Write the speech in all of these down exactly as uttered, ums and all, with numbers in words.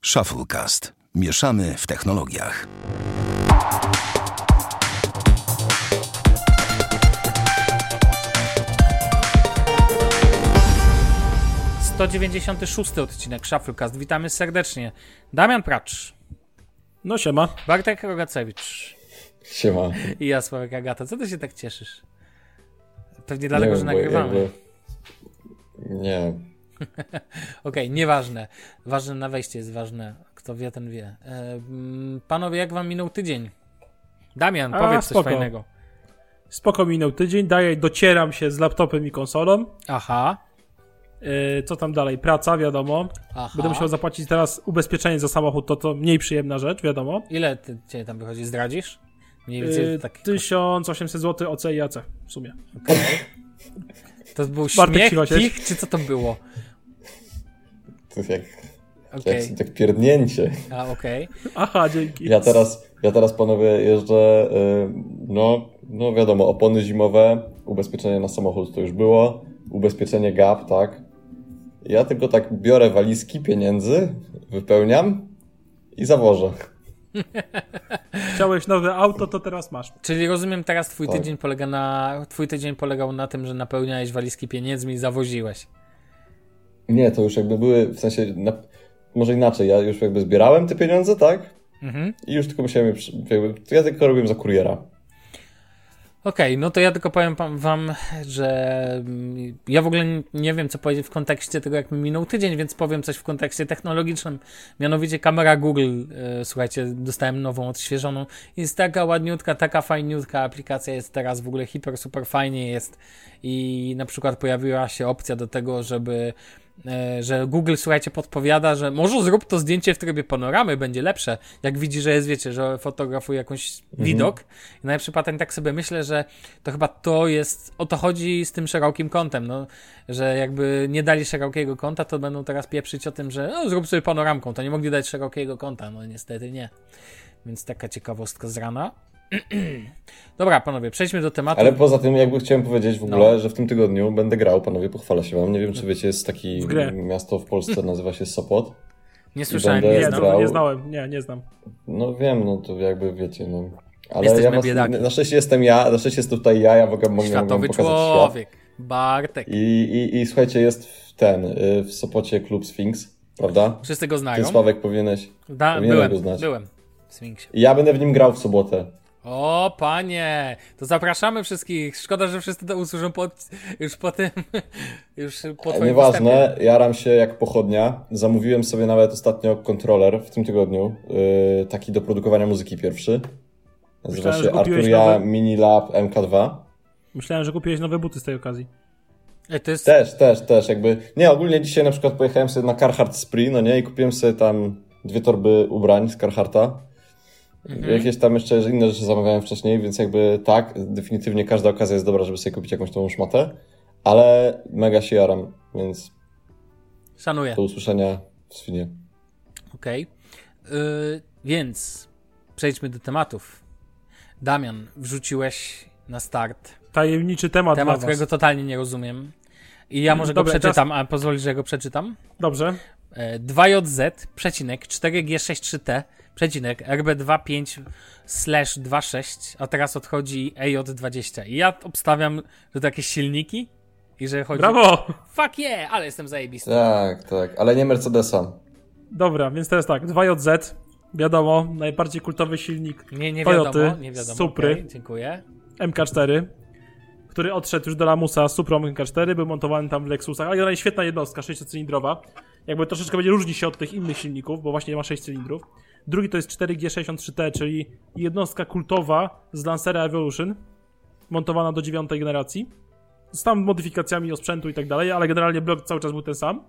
Shufflecast. Mieszamy w technologiach. sto dziewięćdziesiąty szósty odcinek Shufflecast. Witamy serdecznie. Damian Pracz. No siema. Bartek Rogacewicz. Siema. I ja, Sławek Agata. Co ty się tak cieszysz? Pewnie dlatego, nie że wiem, nagrywamy. Jakby... Nie. Okej, okay, nieważne. Ważne na wejście jest ważne. Kto wie, ten wie. E, panowie, jak wam minął tydzień? Damian, A, powiedz spoko. coś fajnego. Spoko minął tydzień, daję, docieram się z laptopem i konsolą. Aha. Yy, co tam dalej? Praca, wiadomo. Aha. Będę musiał zapłacić teraz ubezpieczenie za samochód, to to mniej przyjemna rzecz, wiadomo. Ile ty, cię tam wychodzi? Zdradzisz? Mniej więcej Yy, tak. tysiąc osiemset złotych O C i A C w sumie. Okay. To był Bartek śmiech, Cichosieć. kich, czy co to było? To jest jak, Okay. jak, jak pierdnięcie. A, okej. Okay. Aha, dzięki. Ja teraz, ja teraz panowie jeżdżę, yy, no, no wiadomo, opony zimowe, ubezpieczenie na samochód to już było, ubezpieczenie gap, tak. Ja tylko tak biorę walizki pieniędzy, wypełniam i zawożę. Chciałeś nowe auto, to teraz masz. Czyli rozumiem, teraz twój Tak. tydzień polega na, twój tydzień polegał na tym, że napełniałeś walizki pieniędzmi i zawoziłeś. Nie, to już jakby były, w sensie, na, może inaczej, ja już jakby zbierałem te pieniądze, tak? Mhm. I już tylko musiałem je, przy- jakby, to ja tylko robiłem za kuriera. Okej, okay, no to ja tylko powiem pan- wam, że mm, ja w ogóle n- nie wiem, co powiedzieć w kontekście tego, jak mi minął tydzień, więc powiem coś w kontekście technologicznym. Mianowicie kamera Google, e, słuchajcie, dostałem nową, odświeżoną. Jest taka ładniutka, taka fajniutka, aplikacja jest teraz w ogóle hiper, super fajnie jest i na przykład pojawiła się opcja do tego, żeby e, że Google, słuchajcie, podpowiada, że może zrób to zdjęcie w trybie panoramy, będzie lepsze, jak widzi, że jest, wiecie, że fotografuje jakąś Mhm. widok. I najlepszy patent, tak sobie myślę, że to chyba to jest, o to chodzi z tym szerokim kątem, no, że jakby nie dali szerokiego kąta, to będą teraz pieprzyć o tym, że no, zrób sobie panoramką, to nie mogli dać szerokiego kąta, no niestety nie. Więc taka ciekawostka z rana. Dobra, panowie, przejdźmy do tematu. Ale poza tym jakby chciałem powiedzieć w ogóle, No. że w tym tygodniu będę grał, panowie, pochwalę się wam. Nie wiem, czy wiecie, jest taki W grę. miasto w Polsce, nazywa się Sopot. Nie słyszałem, będę nie Nie, znam. grał. nie znałem, nie, nie znam. No wiem, no to jakby wiecie, no. Ale Jesteśmy ja was, biedaki. na szczęście jestem ja, na szczęście jest tutaj ja, ja mogę, mogę, mogę wam Światowy pokazać człowiek, Bartek. świat. I, i, I słuchajcie, jest w ten, y, w Sopocie klub Sphinx, prawda? Wszyscy go Ty, znają. Sławek, powinieneś, Da, powinieneś byłem, go znać. byłem w Sfinksie. I ja będę w nim grał w sobotę. O, panie, to zapraszamy wszystkich. Szkoda, że wszyscy to usłyszą po, już po tym, już po twoim Nieważne, występie. jaram się jak pochodnia. Zamówiłem sobie nawet ostatnio kontroler w tym tygodniu, yy, taki do produkowania muzyki pierwszy. Nazywa Myślałem, się że kupiłeś Arturia nowy- Mini Lab M K dwa. Myślałem, że kupiłeś nowe buty z tej okazji. Ej, to jest, Też, też, też jakby. Nie, ogólnie dzisiaj na przykład pojechałem sobie na Carhartt Spree, no nie, i kupiłem sobie tam dwie torby ubrań z Carhartta. Mhm. Jakieś tam jeszcze inne rzeczy zamawiałem wcześniej, więc jakby tak, definitywnie każda okazja jest dobra, żeby sobie kupić jakąś nową szmatę, ale mega się jaram, więc szanuję. do usłyszenia w Swinie. Okej. Yy, więc przejdźmy do tematów. Damian, wrzuciłeś na start Tajemniczy temat, temat, dla was. którego totalnie nie rozumiem. I ja może Dobra, go przeczytam, a pozwolisz, że go przeczytam? Dobrze. E, dwa J Z, przecinek, cztery G sześćdziesiąt trzy T, przecinek, R B dwadzieścia pięć slash dwadzieścia sześć, a teraz odchodzi E J dwadzieścia. I ja obstawiam, że to jakieś silniki i że chodzi... Brawo! Fuck yeah, ale jestem zajebisty. Tak, tak, ale nie Mercedesa. Dobra, więc teraz tak, dwa J Z, wiadomo, najbardziej kultowy silnik Nie, nie Toyoty, wiadomo, nie wiadomo. Supry. Okay, dziękuję. M K cztery, który odszedł już do lamusa z Suprą M K cztery, był montowany tam w Lexusach, ale generalnie świetna jednostka, sześciocylindrowa. Jakby troszeczkę będzie różnić się od tych innych silników, bo właśnie ma sześć cylindrów. Drugi to jest cztery G sześćdziesiąt trzy T, czyli jednostka kultowa z Lancera Evolution, montowana do dziewiątej generacji. Z tam modyfikacjami osprzętu i tak dalej, ale generalnie blok cały czas był ten sam.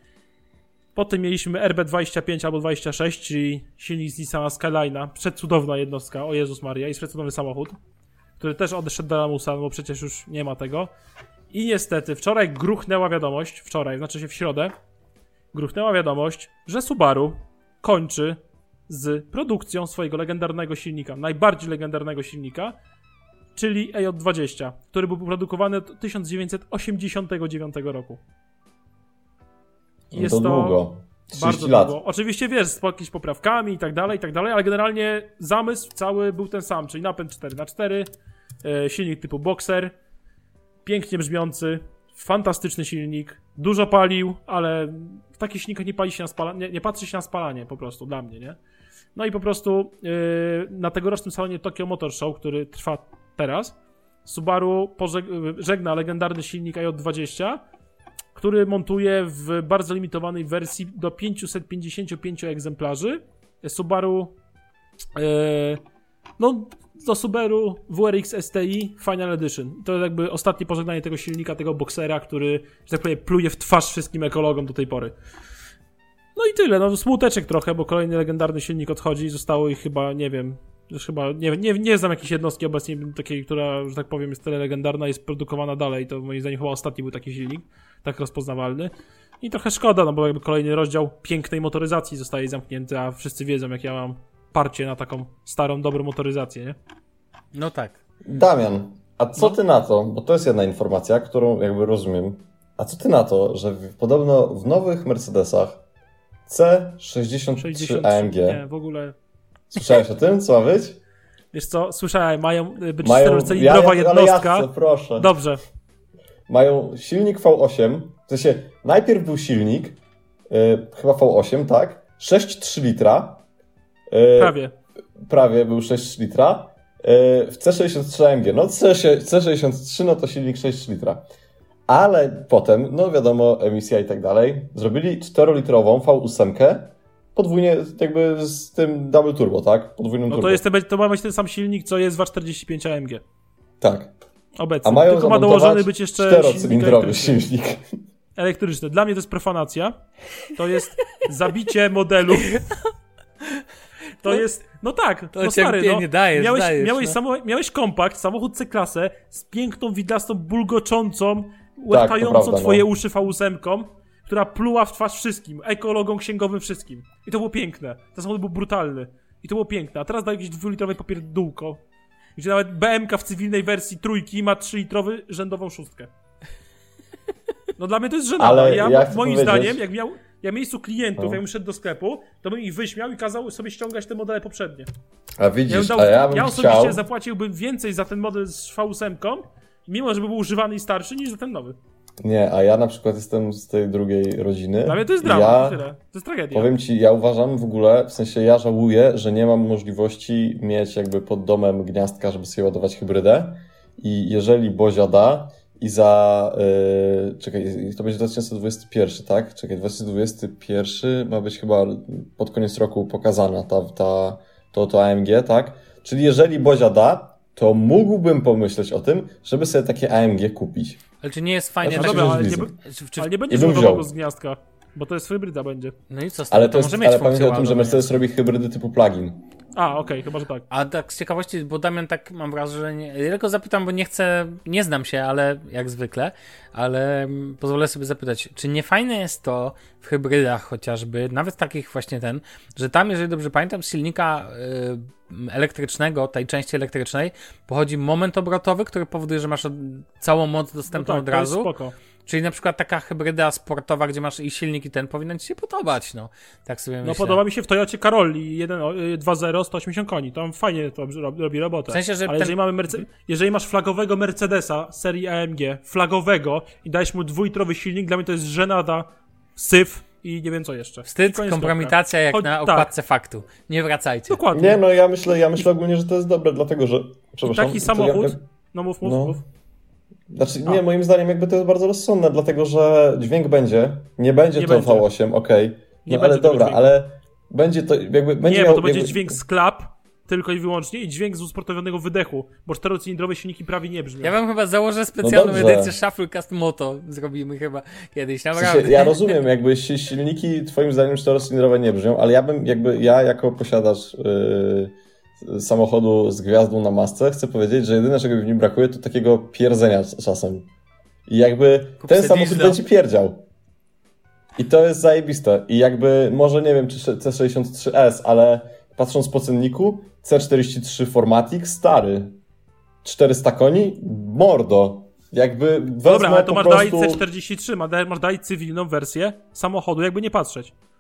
Potem mieliśmy R B dwadzieścia pięć albo dwadzieścia sześć, czyli silnik z Nissana Skyline'a. Przecudowna jednostka, o Jezus Maria, i przecudowny samochód, który też odszedł do lamusa, bo przecież już nie ma tego. I niestety wczoraj gruchnęła wiadomość, wczoraj, znaczy się w środę, gruchnęła wiadomość, że Subaru kończy z produkcją swojego legendarnego silnika, najbardziej legendarnego silnika, czyli E J dwadzieścia, który był produkowany od tysiąc dziewięćset osiemdziesiątego dziewiątego roku. I No jest to to długo. Bardzo lat. długo. Oczywiście wiesz, z jakimiś poprawkami i tak dalej, i tak dalej, ale generalnie zamysł cały był ten sam, czyli napęd cztery na cztery, e, silnik typu Boxer, pięknie brzmiący, fantastyczny silnik, dużo palił, ale w takich silnikach nie pali się na spalanie, nie, nie patrzy się na spalanie po prostu, dla mnie, nie? No i po prostu yy, na tegorocznym salonie Tokyo Motor Show, który trwa teraz, Subaru pożeg- żegna legendarny silnik i j dwadzieścia, który montuje w bardzo limitowanej wersji do pięćset pięćdziesiąt pięć egzemplarzy. Subaru yy, no do Subaru W R X S T I Final Edition. To jest jakby ostatnie pożegnanie tego silnika, tego boksera, który, że tak powiem, pluje w twarz wszystkim ekologom do tej pory. No i tyle, no smuteczek trochę, bo kolejny legendarny silnik odchodzi, zostało ich chyba, nie wiem, już chyba, nie, nie, nie znam jakiejś jednostki obecnie takiej, która, że tak powiem, jest tyle legendarna, jest produkowana dalej, to moim zdaniem chyba ostatni był taki silnik, tak rozpoznawalny. I trochę szkoda, no bo jakby kolejny rozdział pięknej motoryzacji zostaje zamknięty, a wszyscy wiedzą, jak ja mam parcie na taką starą, dobrą motoryzację, nie? No tak. Damian, a co ty na to, bo to jest jedna informacja, którą jakby rozumiem, a co ty na to, że w, podobno w nowych Mercedesach C sześćdziesiąt trzy A M G. Nie, w ogóle. Słyszałeś o tym? Co ma być? Wiesz co, słyszałem, mają być Mają czterocylindrowa ja, jednostka. Ale jasne, proszę. Dobrze. Mają silnik V osiem, w sensie najpierw był silnik, yy, chyba V osiem, tak? sześć przecinek trzy litra. Yy, prawie. Prawie był sześć przecinek trzy litra. Yy, w C sześćdziesiąt trzy A M G. No C sześćdziesiąt trzy, no to silnik sześć przecinek trzy litra. Ale potem, no wiadomo, emisja i tak dalej, zrobili czterolitrową V osiem, podwójnie jakby z tym double turbo, tak? Podwójnym no turbo. to jest ten, to ma być ten sam silnik, co jest w A czterdzieści pięć A M G. Tak. Obecnie. A mają tylko ma dołożony być jeszcze czterocylindrowy silnik silnik. elektryczny. Dla mnie to jest profanacja. To jest zabicie modelu. To jest, no tak, To no stary, no, dajesz, miałeś, dajesz, miałeś, no. samo, miałeś kompakt, samochód C-klasę z piękną, widlastą, bulgoczącą, Tak, łechtającą to prawda, twoje no. uszy V osiem, która pluła w twarz wszystkim, ekologom, księgowym, wszystkim. I to było piękne. Ten samochód był brutalny. I to było piękne. A teraz daje jakieś dwulitrowe popierdółko, gdzie nawet B M K w cywilnej wersji trójki ma trzylitrowy rzędową szóstkę. No dla mnie to jest żenada. Ale Ja, ja chcę moim powiedzieć- zdaniem, jak miał ja miejscu klientów, No. jakbym szedł do sklepu, to bym ich wyśmiał i kazał sobie ściągać te modele poprzednie. A Ja, bym widzisz, dał, a ja bym ja osobiście chciał... zapłaciłbym więcej za ten model z V osiem, mimo że by był używany i starszy, niż za ten nowy. Nie, a ja na przykład jestem z tej drugiej rodziny. Dla mnie to jest i dramat, ja... tyle. To jest tragedia. Powiem ci, ja uważam w ogóle, w sensie ja żałuję, że nie mam możliwości mieć jakby pod domem gniazdka, żeby sobie ładować hybrydę i jeżeli Bozia da i za, yy, czekaj, to będzie dwa tysiące dwudziesty pierwszy, tak? Czekaj, dwa tysiące dwudziesty pierwszy ma być chyba pod koniec roku pokazana ta, ta, to, to A M G, tak? Czyli jeżeli Bozia da, to mógłbym pomyśleć o tym, żeby sobie takie A M G kupić. Ale czy nie jest fajnie... No No tak, dobra, że ale nie, widzę. b- czy, czy, ale nie będziesz I bym ładował wziął. go z gniazdka, bo to jest hybryda będzie. no i co z tego? Ale to jest, może mieć ale funkcję pamiętaj o tym, że ładowania. Mercedes robi hybrydy typu plug-in. A, okej, chyba, że tak. A tak z ciekawości, bo Damian tak mam wrażenie, ja tylko zapytam, bo nie chcę, nie znam się, ale jak zwykle, ale mm, pozwolę sobie zapytać, czy nie fajne jest to w hybrydach chociażby, nawet takich właśnie ten, że tam, jeżeli dobrze pamiętam, z silnika y, elektrycznego, tej części elektrycznej, pochodzi moment obrotowy, który powoduje, że masz od, całą moc dostępną No tak, od to jest razu. spoko. Czyli na przykład taka hybryda sportowa, gdzie masz i silnik i ten, powinna ci się podobać, no. Tak sobie No myślę. podoba mi się w Toyocie Carolli jeden dwa zero, sto osiemdziesiąt koni. Tam fajnie to robi, robi robotę. W sensie, że Ale ten- jeżeli mamy Merce- jeżeli masz flagowego Mercedesa serii A M G, flagowego i dajesz mu dwulitrowy silnik, dla mnie to jest żenada, syf i nie wiem co jeszcze. I Wstyd, koniec kompromitacja jak Choć- na tak. okładce faktu. Nie wracajcie. Dokładnie. Nie, no ja myślę, ja myślę ogólnie, że to jest dobre, dlatego że... I Przepraszam. taki to samochód, Ja, no mów, mów, no. mów. Znaczy, A. nie, moim zdaniem jakby to jest bardzo rozsądne, dlatego że dźwięk będzie, nie będzie Nie to będzie. V osiem, okej, Nie no ale będzie tego dobra, dźwięku. ale będzie to jakby... Będzie Nie, bo miał, to będzie jakby, dźwięk z klap, tylko i wyłącznie, i dźwięk z usportowionego wydechu, bo czterocylindrowe silniki prawie nie brzmią. Ja wam chyba założę specjalną No dobrze. edycję Shufflecast Moto. Zrobimy chyba kiedyś, w naprawdę. sensie, ja rozumiem, jakby si- silniki twoim zdaniem czterocylindrowe nie brzmią, ale ja bym jakby, ja jako posiadacz yy, samochodu z gwiazdą na masce chcę powiedzieć, że jedyne czego mi w nim brakuje to takiego pierdzenia c- czasem. I jakby Kup ten se samochód diesla. będzie pierdział. I to jest zajebiste. I jakby, może nie wiem, czy C sześćdziesiąt trzy S, ale patrząc po cenniku, C czterdzieści trzy Formatic, stary. czterysta koni? Mordo. Jakby wezmę Dobra, ale to po masz prostu... daj C czterdzieści trzy, masz daj, masz daj cywilną wersję samochodu, jakby nie patrzeć.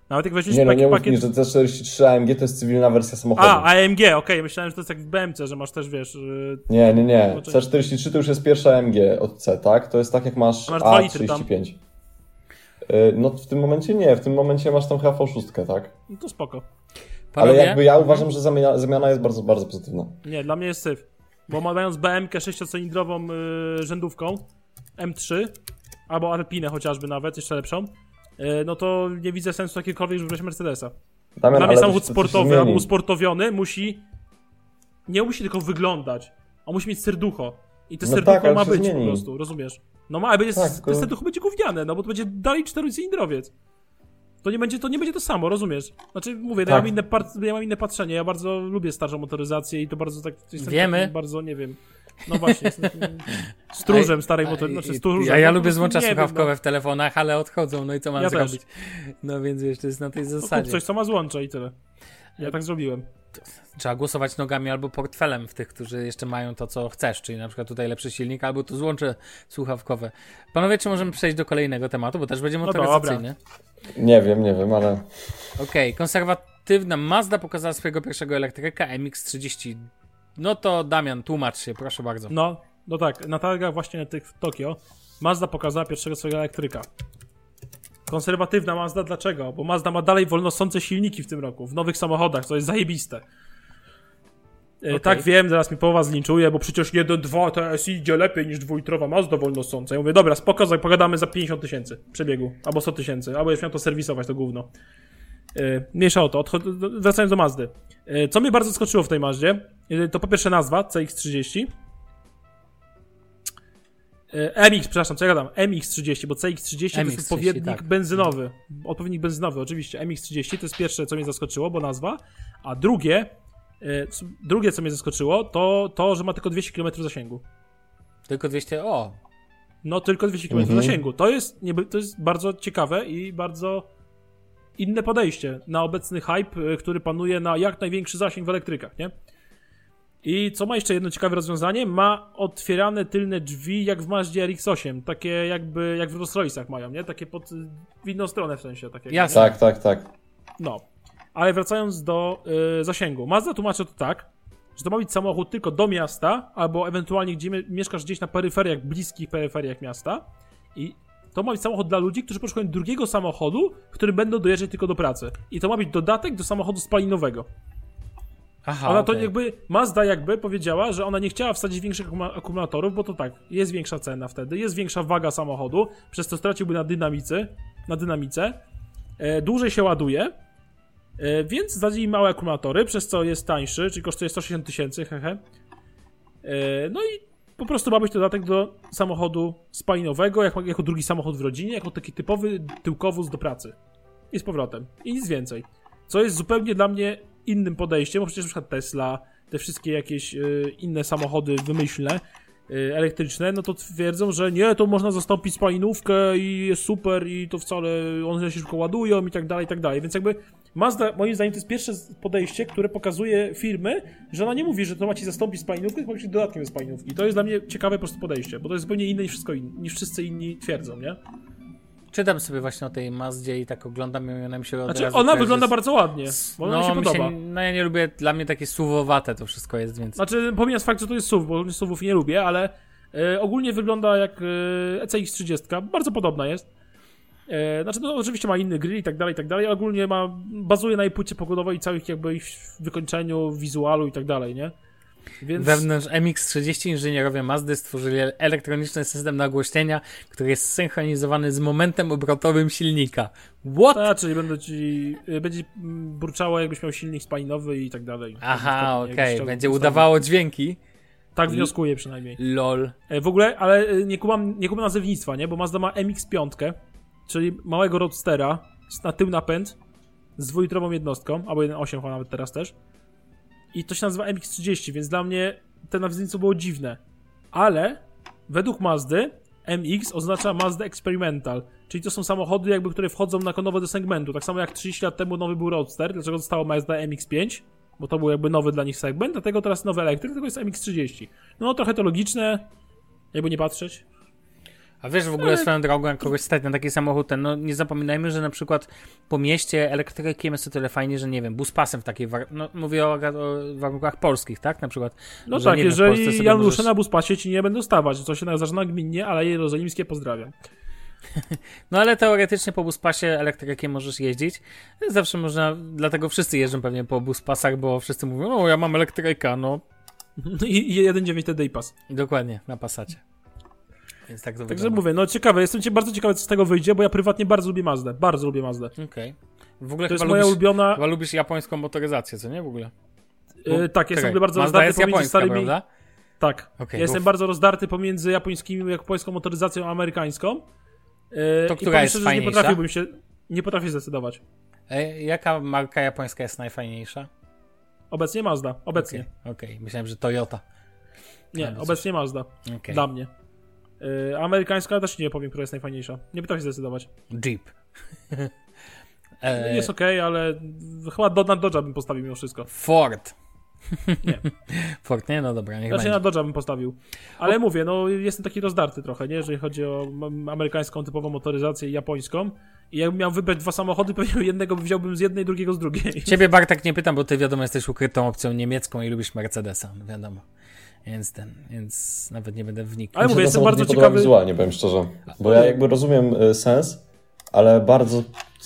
Nawet jak weźmiesz Nie no, pakiet... nie mów pakiet... mi, że C czterdzieści trzy A M G to jest cywilna wersja samochodu. A, A M G, okej, okay. Myślałem, że to jest jak w B M C, że masz też, wiesz... Yy... Nie, nie, nie. C czterdzieści trzy to już jest pierwsza A M G od C, tak? To jest tak jak masz, masz A trzydzieści pięć. Yy, no w tym momencie nie, w tym momencie masz tą V sześć, tak? No to spoko. Panowie? Ale jakby ja uważam, że zamiana, zamiana jest bardzo, bardzo pozytywna. Nie, dla mnie jest syf. Bo mając B M K sześciocylindrową yy, rzędówką, M trzy, albo Alpinę chociażby nawet, jeszcze lepszą, yy, no to nie widzę sensu takiejkolwiek, żeby brać Mercedesa. Damian, dla mnie samochód to, to sportowy albo usportowiony musi, nie musi tylko wyglądać, on musi mieć serducho. I to no serducho tak, ma być zmieni. Po prostu, rozumiesz? No ma, ale będzie, tak, to serducho będzie gówniane, no bo to będzie dalej czterocylindrowiec. To nie będzie to, nie będzie to samo, rozumiesz? Znaczy, mówię, tak. ja, mam inne par- ja mam inne patrzenie, ja bardzo lubię starszą motoryzację i to bardzo tak... Wiemy. Bardzo, nie wiem... No właśnie, jestem stróżem starej motoryzacji. Znaczy stróżem, ja, ja no, lubię złącza słuchawkowe no. w telefonach, ale odchodzą, no i co mam ja zrobić? Też. No więc wiesz, to jest na tej zasadzie. No, kup coś, co ma złącza i tyle. Ja tak zrobiłem. Trzeba głosować nogami albo portfelem w tych, którzy jeszcze mają to, co chcesz, czyli na przykład tutaj lepszy silnik, albo tu złącze słuchawkowe. Panowie, czy możemy przejść do kolejnego tematu, bo też będzie motoryzacyjny? No nie wiem, nie wiem, ale... Okej, okay. Konserwatywna Mazda pokazała swojego pierwszego elektryka M X trzydzieści. No to Damian, tłumacz się, proszę bardzo. No, no tak, na targach właśnie tych w Tokio Mazda pokazała pierwszego swojego elektryka. Konserwatywna Mazda, dlaczego? Bo Mazda ma dalej wolnosące silniki w tym roku, w nowych samochodach, co jest zajebiste. Okay. Tak wiem, zaraz mi połowa zlinczuje, bo przecież jeden dwa T S I idzie lepiej niż dwulitrowa Mazda wolnosąca. Ja mówię, dobra, spoko, pogadamy za pięćdziesiąt tysięcy przebiegu, albo sto tysięcy, albo już miał to serwisować, to gówno. Yy, mniejsza o to, Odchod- wracając do Mazdy. Yy, co mnie bardzo zaskoczyło w tej Mazdzie, yy, to po pierwsze nazwa, C X trzydzieści. M X, przepraszam, co ja gadam? M X trzydzieści, bo C X trzydzieści to jest odpowiednik tak. benzynowy. Odpowiednik benzynowy, oczywiście. M X trzydzieści to jest pierwsze, co mnie zaskoczyło, bo nazwa. A drugie, yy, drugie, co mnie zaskoczyło, to to, że ma tylko dwieście kilometrów zasięgu. Tylko dwieście, o! No, tylko dwieście kilometrów mhm. zasięgu. To jest, nie, to jest bardzo ciekawe i bardzo inne podejście na obecny hype, który panuje na jak największy zasięg w elektrykach, nie? I co ma jeszcze jedno ciekawe rozwiązanie? Ma otwierane tylne drzwi jak w Mazdzie R X osiem, takie jakby jak w Rolls Royce'ach mają, nie? Takie pod, w inną stronę w sensie. Tak, Jasne. tak, tak, tak. No, ale wracając do y, zasięgu. Mazda tłumaczy to tak, że to ma być samochód tylko do miasta, albo ewentualnie gdzie mieszkasz gdzieś na peryferiach, bliskich peryferiach miasta i to ma być samochód dla ludzi, którzy poszukują drugiego samochodu, w którym będą dojeżdżać tylko do pracy. I to ma być dodatek do samochodu spalinowego. Aha, ona okay. to jakby, Mazda jakby powiedziała, że ona nie chciała wsadzić większych akumulatorów, bo to tak, jest większa cena wtedy, jest większa waga samochodu, przez to straciłby na dynamice, na dynamice, e, dłużej się ładuje, e, więc wsadzili małe akumulatory, przez co jest tańszy, czyli kosztuje sto sześćdziesiąt tysięcy, hehe. E, no i po prostu ma być dodatek do samochodu spalinowego, jako, jako drugi samochód w rodzinie, jako taki typowy tyłkowóz do pracy. I z powrotem. I nic więcej. Co jest zupełnie dla mnie innym podejściem, bo przecież na przykład Tesla, te wszystkie jakieś y, inne samochody wymyślne, y, elektryczne, no to twierdzą, że nie, to można zastąpić spalinówkę i jest super i to wcale one się szybko ładują i tak dalej, i tak dalej. Więc jakby Mazda, moim zdaniem, to jest pierwsze podejście, które pokazuje firmy, że ona nie mówi, że to ma ci zastąpić spalinówkę, tylko ma ci dodatkiem do spalinówki. I to jest dla mnie ciekawe po prostu podejście, bo to jest zupełnie inne niż wszystko in, niż wszyscy inni twierdzą, nie? Czytam sobie właśnie o tej Mazdzie i tak oglądam ją i ona mi się od znaczy, razu ona kojarzy wygląda z... bardzo ładnie, bo no, ona mi się mi podoba. Się, no ja nie lubię, dla mnie takie suwowate to wszystko jest, więc... Znaczy, pomijając fakt, że to jest S U V, bo S U Vów nie lubię, ale e, ogólnie wygląda jak e, C X trzydzieści, bardzo podobna jest. E, znaczy, no oczywiście ma inny grill i tak dalej, i tak dalej, ale ogólnie ma, bazuje na jej płycie pogodowej i całych jakby ich wykończeniu, wizualu i tak dalej, nie? Więc... Wewnątrz M X trzydzieści inżynierowie Mazdy stworzyli elektroniczny system nagłośnienia, który jest zsynchronizowany z momentem obrotowym silnika. What? Tak, czyli będą ci, będzie burczało, jakbyś miał silnik spalinowy i tak dalej. Aha, okej, okay. Będzie udawało dźwięki. Tak wnioskuję przynajmniej. Lol. W ogóle, ale nie kumam, nie kumam nazewnictwa, nie? Bo Mazda ma M X pięć, czyli małego roadstera, na tył napęd, z dwulitrową jednostką, albo jeden przecinek osiem nawet teraz też. I to się nazywa M X trzydzieści, więc dla mnie te nazewnictwo było dziwne. Ale według Mazdy M X oznacza Mazda Experimental, czyli to są samochody jakby, które wchodzą na nowo do segmentu. Tak samo jak trzydzieści lat temu nowy był Roadster, dlaczego zostało Mazda M X pięć, bo to był jakby nowy dla nich segment, dlatego teraz nowy elektryk, tylko jest M X trzydzieści. No trochę to logiczne, jakby nie patrzeć. A wiesz, w ogóle ale... swoją drogą, jak kogoś stać na taki samochód, ten, no nie zapominajmy, że na przykład po mieście elektrykiem jest o tyle fajnie, że nie wiem, buspasem w takiej, war... no mówię o, o warunkach polskich, tak? Na przykład. No że, tak, nie jeżeli wiem, Janusze możesz... na buspasie ci nie będą stawać, co się nazywa nagminnie, ale jerozolimskie pozdrawiam. No ale teoretycznie po buspasie elektrykiem możesz jeździć. Zawsze można, dlatego wszyscy jeżdżą pewnie po buspasach, bo wszyscy mówią, no ja mam elektryka, no. I, i jeden dziewięć T D I Pass. Dokładnie, na Passacie. Więc tak to Także wygląda. mówię, no ciekawe, jestem cię bardzo ciekawy, co z tego wyjdzie, bo ja prywatnie bardzo lubię Mazdę, bardzo lubię Mazdę. Okej. Okay. W ogóle to chyba jest moja lubisz, ulubiona... chyba lubisz japońską motoryzację, co nie w ogóle? Yy, tak, jestem Czekaj, bardzo Mazda rozdarty jest pomiędzy japońska, starymi... prawda? Tak, okay, ja jestem uf. bardzo rozdarty pomiędzy japońskimi, japońską motoryzacją a amerykańską. Yy, to która jest szczerze, fajniejsza? Nie potrafiłbym się, nie potrafię zdecydować. E, jaka marka japońska jest najfajniejsza? Obecnie Mazda, obecnie. Okej, okay, okay. Myślałem, że Toyota. Nie, Ale obecnie coś... Mazda, okay. Dla mnie. Yy, amerykańska też nie powiem, która jest najfajniejsza. Nie potrafię zdecydować. Jeep. e... Jest okej, okay, ale chyba do, na Dodge'a bym postawił mimo wszystko. Ford. Nie. Ford, nie? No dobra, niech Znaczy będzie. na Dodge'a bym postawił. Ale o... mówię, no jestem taki rozdarty trochę, nie? Jeżeli chodzi o amerykańską typową motoryzację i japońską. I jakbym miał wybrać dwa samochody, pewnie jednego wziąłbym z jednej, drugiego z drugiej. Ciebie, Bartek, nie pytam, bo ty wiadomo jesteś ukrytą opcją niemiecką i lubisz Mercedesa, no wiadomo. Więc ten, więc nawet nie będę wnikał. Ale mówię, jestem bardzo nie ciekawy. Wizualnie, powiem szczerze. Bo ja jakby rozumiem y, sens, ale bardzo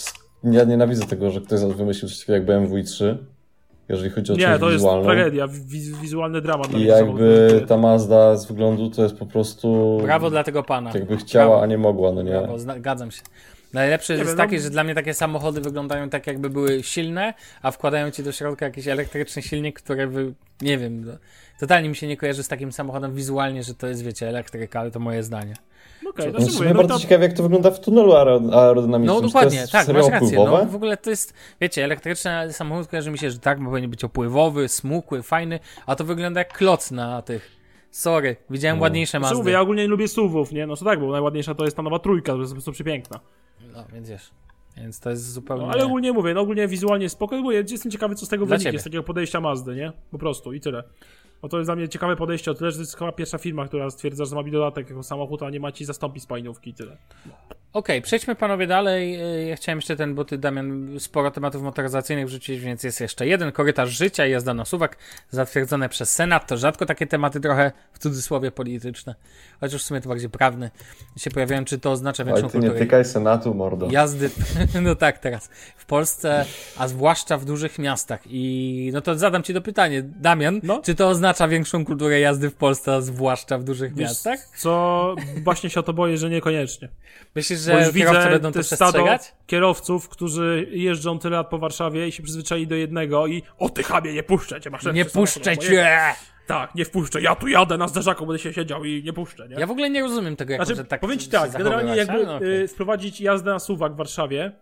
ja nienawidzę tego, że ktoś wymyślił coś takiego jak B M W i trzy, jeżeli chodzi o nie, część to wizualną. jest tragedia, wiz, wizualny dramat. I jakby ta Mazda z wyglądu to jest po prostu... Brawo dla tego pana. Jakby chciała, Brawo. a nie mogła, no nie? Brawo, zgadzam się. Najlepsze jest wiem, takie, no... że dla mnie takie samochody wyglądają tak, jakby były silne, a wkładają ci do środka jakiś elektryczny silnik, który wy... nie wiem, no, totalnie mi się nie kojarzy z takim samochodem wizualnie, że to jest, wiecie, elektryka, ale to moje zdanie. Okay, no, mnie bardzo to... ciekawe, jak to wygląda w tunelu aerodynamicznym. No dokładnie, tak, masz rację. Opływowe? No, w ogóle to jest, wiecie, elektryczny samochód kojarzy mi się, że tak, bo powinien być opływowy, smukły, fajny, a to wygląda jak kloc na tych... Sorry, widziałem no. ładniejsze Mazdy. Mówię, ja ogólnie nie lubię suwów, nie? No to tak, bo najładniejsza to jest ta nowa trójka, to jest po prostu przepiękna. No, więc wiesz. Więc to jest zupełnie... No, ale ogólnie mówię, no ogólnie wizualnie spoko, bo ja jestem ciekawy, co z tego wyniknie, ciebie. z takiego podejścia Mazdy, nie? Po prostu i tyle. Bo to jest dla mnie ciekawe podejście o tyle, że to jest chyba pierwsza firma, która stwierdza, że ma dodatek jako samochód, a nie ma ci zastąpić spalinówki i tyle. No. Okej, okay, przejdźmy panowie dalej. Ja chciałem jeszcze ten, bo ty, Damian, sporo tematów motoryzacyjnych wrzucić, więc jest jeszcze jeden. Korytarz życia, jazda na suwak, zatwierdzone przez Senat. To rzadko takie tematy trochę w cudzysłowie polityczne, chociaż w sumie to bardziej prawne się pojawiają. Czy to oznacza większą kulturę? Ale ty nie tykaj Senatu, mordo. Jazdy, no tak teraz, w Polsce, a zwłaszcza w dużych miastach. I no to zadam ci to pytanie, Damian, no? Czy to oznacza większą kulturę jazdy w Polsce, a zwłaszcza w dużych Wiesz, miastach? Co, właśnie się o to boję, że niekoniecznie. Myślisz, że kierowcy będą to przestrzegać? Kierowców, którzy jeżdżą tyle lat po Warszawie i się przyzwyczaili do jednego i o ty chamie, nie puszczę cię, masz Nie puszczę cię! Tak, nie wpuszczę, ja tu jadę na zderzaku, będę się siedział i nie puszczę, nie? Ja w ogóle nie rozumiem tego, jak znaczy, może tak powiem ci tak, generalnie jakby no, okay. y, wprowadzić jazdę na suwak w Warszawie,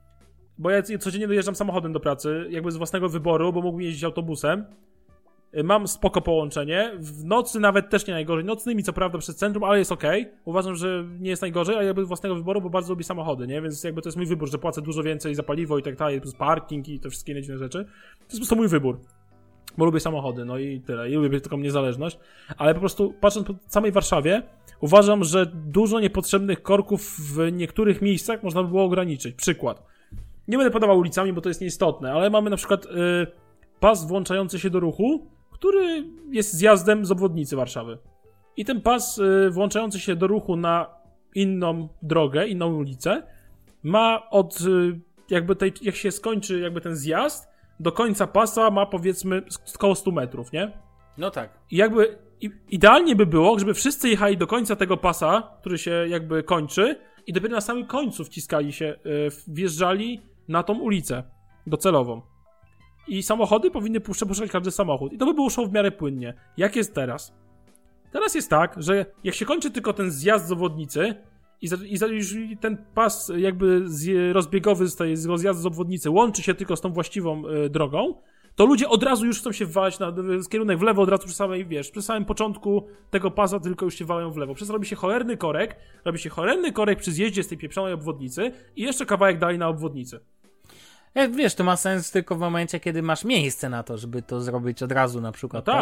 bo ja codziennie dojeżdżam samochodem do pracy, jakby z własnego wyboru, bo mógłbym jeździć autobusem. Mam spoko połączenie. W nocy nawet też nie najgorzej. Nocnymi co prawda przez centrum, ale jest okej. Okay. Uważam, że nie jest najgorzej, ale jakby z własnego wyboru, bo bardzo lubię samochody, nie? Więc jakby to jest mój wybór, że płacę dużo więcej za paliwo i tak dalej, plus parking i te wszystkie inne dziwne rzeczy. To jest po prostu mój wybór. Bo lubię samochody, no i tyle. I lubię taką niezależność. Ale po prostu patrząc po samej Warszawie, uważam, że dużo niepotrzebnych korków w niektórych miejscach można by było ograniczyć. Przykład. Nie będę podawał ulicami, bo to jest nieistotne, ale mamy na przykład yy, pas włączający się do ruchu, który jest zjazdem z obwodnicy Warszawy. I ten pas y, włączający się do ruchu na inną drogę, inną ulicę, ma od y, jakby tej, jak się skończy jakby ten zjazd, do końca pasa ma powiedzmy około sto metrów, nie? No tak. I jakby i, idealnie by było, żeby wszyscy jechali do końca tego pasa, który się jakby kończy i dopiero na samym końcu wciskali się, y, wjeżdżali na tą ulicę docelową. I samochody powinny przepuszczać każdy samochód. I to by było szło w miarę płynnie. Jak jest teraz? Teraz jest tak, że jak się kończy tylko ten zjazd z obwodnicy i, za, i za, już ten pas jakby z, rozbiegowy z tej z zjazdu z obwodnicy łączy się tylko z tą właściwą y, drogą, to ludzie od razu już chcą się wwalać na z kierunek w lewo od razu przy samej, wiesz, przy samym początku tego pasa tylko już się walają w lewo. Przez to robi się cholerny korek, robi się cholerny korek przy zjeździe z tej pieprzonej obwodnicy i jeszcze kawałek dalej na obwodnicy. Jak wiesz, to ma sens tylko w momencie, kiedy masz miejsce na to, żeby to zrobić od razu na przykład. No tak. tak.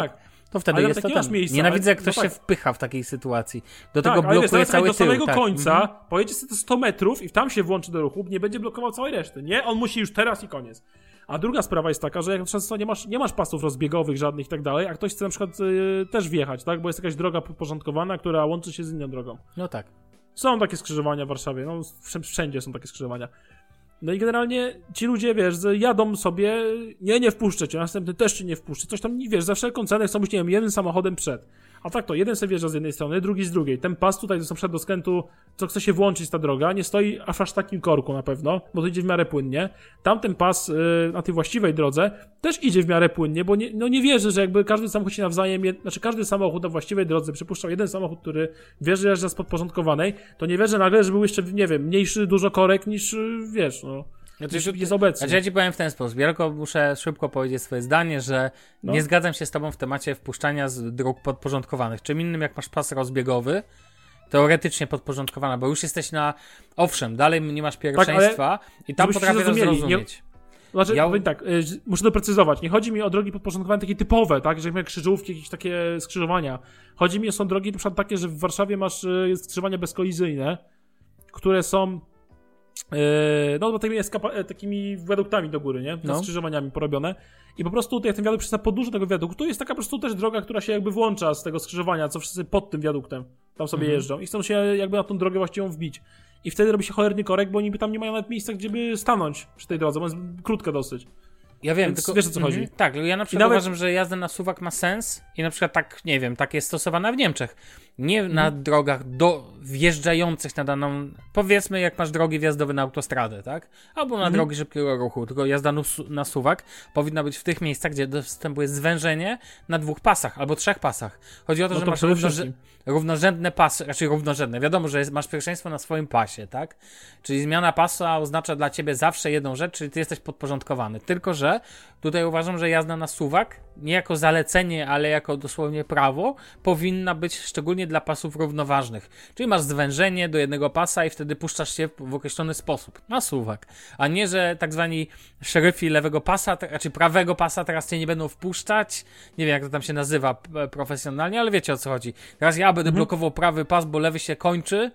To wtedy ale jest tak to nie ten. masz miejsca. Nienawidzę, jak ale- ktoś no się tak. wpycha w takiej sytuacji. Do Tak, tego ale blokuje wiesz, cały do tył. samego tak. końca Mhm. pojedzie sobie te sto metrów i tam się włączy do ruchu, nie będzie blokował całej reszty. Nie, on musi już teraz i koniec. A druga sprawa jest taka, że jak często nie masz, nie masz pasów rozbiegowych żadnych i tak dalej, a ktoś chce na przykład y, też wjechać, tak? Bo jest jakaś droga podporządkowana, która łączy się z inną drogą. No tak. Są takie skrzyżowania w Warszawie, no wsz- wszędzie są takie skrzyżowania. No i generalnie ci ludzie, wiesz, że jadą sobie, nie, nie wpuszczę cię, następny też cię nie wpuszczę, coś tam, wiesz, za wszelką cenę chcą być, nie wiem, jednym samochodem przed. A tak to, jeden sobie wjeżdża z jednej strony, drugi z drugiej. Ten pas tutaj, to przed do skrętu, co chce się włączyć ta droga, nie stoi aż aż takim korku na pewno, bo to idzie w miarę płynnie. Tamten pas yy, na tej właściwej drodze też idzie w miarę płynnie, bo nie, no nie wierzę, że jakby każdy samochód się nawzajem, jed... znaczy każdy samochód na właściwej drodze przypuszczał jeden samochód, który wjeżdża z podporządkowanej, to nie wierzę nagle, że był jeszcze, nie wiem, mniejszy dużo korek niż, yy, wiesz, no... Znaczy, Jest, jest obecny. Znaczy ja ci powiem w ten sposób. Ja tylko muszę szybko powiedzieć swoje zdanie, że No. nie zgadzam się z tobą w temacie wpuszczania z dróg podporządkowanych. Czym innym jak masz pas rozbiegowy, teoretycznie podporządkowana, bo już jesteś na... Owszem, dalej nie masz pierwszeństwa i tam żebyście potrafię to zrozumieli, nie- zrozumieć. Znaczy, Ja- powiem tak, y, muszę doprecyzować. Nie chodzi mi o drogi podporządkowane takie typowe, tak, że jak krzyżówki, jakieś takie skrzyżowania. Chodzi mi o są drogi na przykład takie, że w Warszawie masz y, skrzyżowania bezkolizyjne, które są y, no takimi, eskapa- takimi wiaduktami do góry, nie? No. Z skrzyżowaniami porobione. I po prostu jak ten wiadukt przez podnóże tego wiaduktu jest taka po prostu też droga, która się jakby włącza z tego skrzyżowania, co wszyscy pod tym wiaduktem tam sobie Mhm. jeżdżą i chcą się jakby na tą drogę właściwą wbić. I wtedy robi się cholerny korek, bo niby tam nie mają nawet miejsca, gdzie by stanąć przy tej drodze, bo jest krótka dosyć. Ja wiem, Więc tylko... wiesz, o co chodzi. Mhm. Tak, ja na przykład nawet- uważam, że jazda na suwak ma sens i na przykład tak, nie wiem, tak jest stosowana w Niemczech. Nie na Mhm. drogach do wjeżdżających na daną, powiedzmy jak masz drogi wjazdowe na autostradę, tak? Albo na Mhm. drogi szybkiego ruchu, tylko jazda na, su- na suwak powinna być w tych miejscach, gdzie dostępuje zwężenie na dwóch pasach albo trzech pasach. Chodzi o to, No że to masz przede równorzę- wszystkim. równorzędne pasy, raczej równorzędne. Wiadomo, że jest, masz pierwszeństwo na swoim pasie, tak? Czyli zmiana pasa oznacza dla ciebie zawsze jedną rzecz, czyli ty jesteś podporządkowany. Tylko że tutaj uważam, że jazda na suwak, nie jako zalecenie, ale jako dosłownie prawo, powinna być szczególnie dla pasów równoważnych. Czyli masz zwężenie do jednego pasa i wtedy puszczasz się w określony sposób na suwak. A nie, że tak zwani szeryfi lewego pasa, te- znaczy prawego pasa teraz cię nie będą wpuszczać. Nie wiem, jak to tam się nazywa p- profesjonalnie, ale wiecie, o co chodzi. Teraz ja będę blokował prawy pas, bo lewy się kończy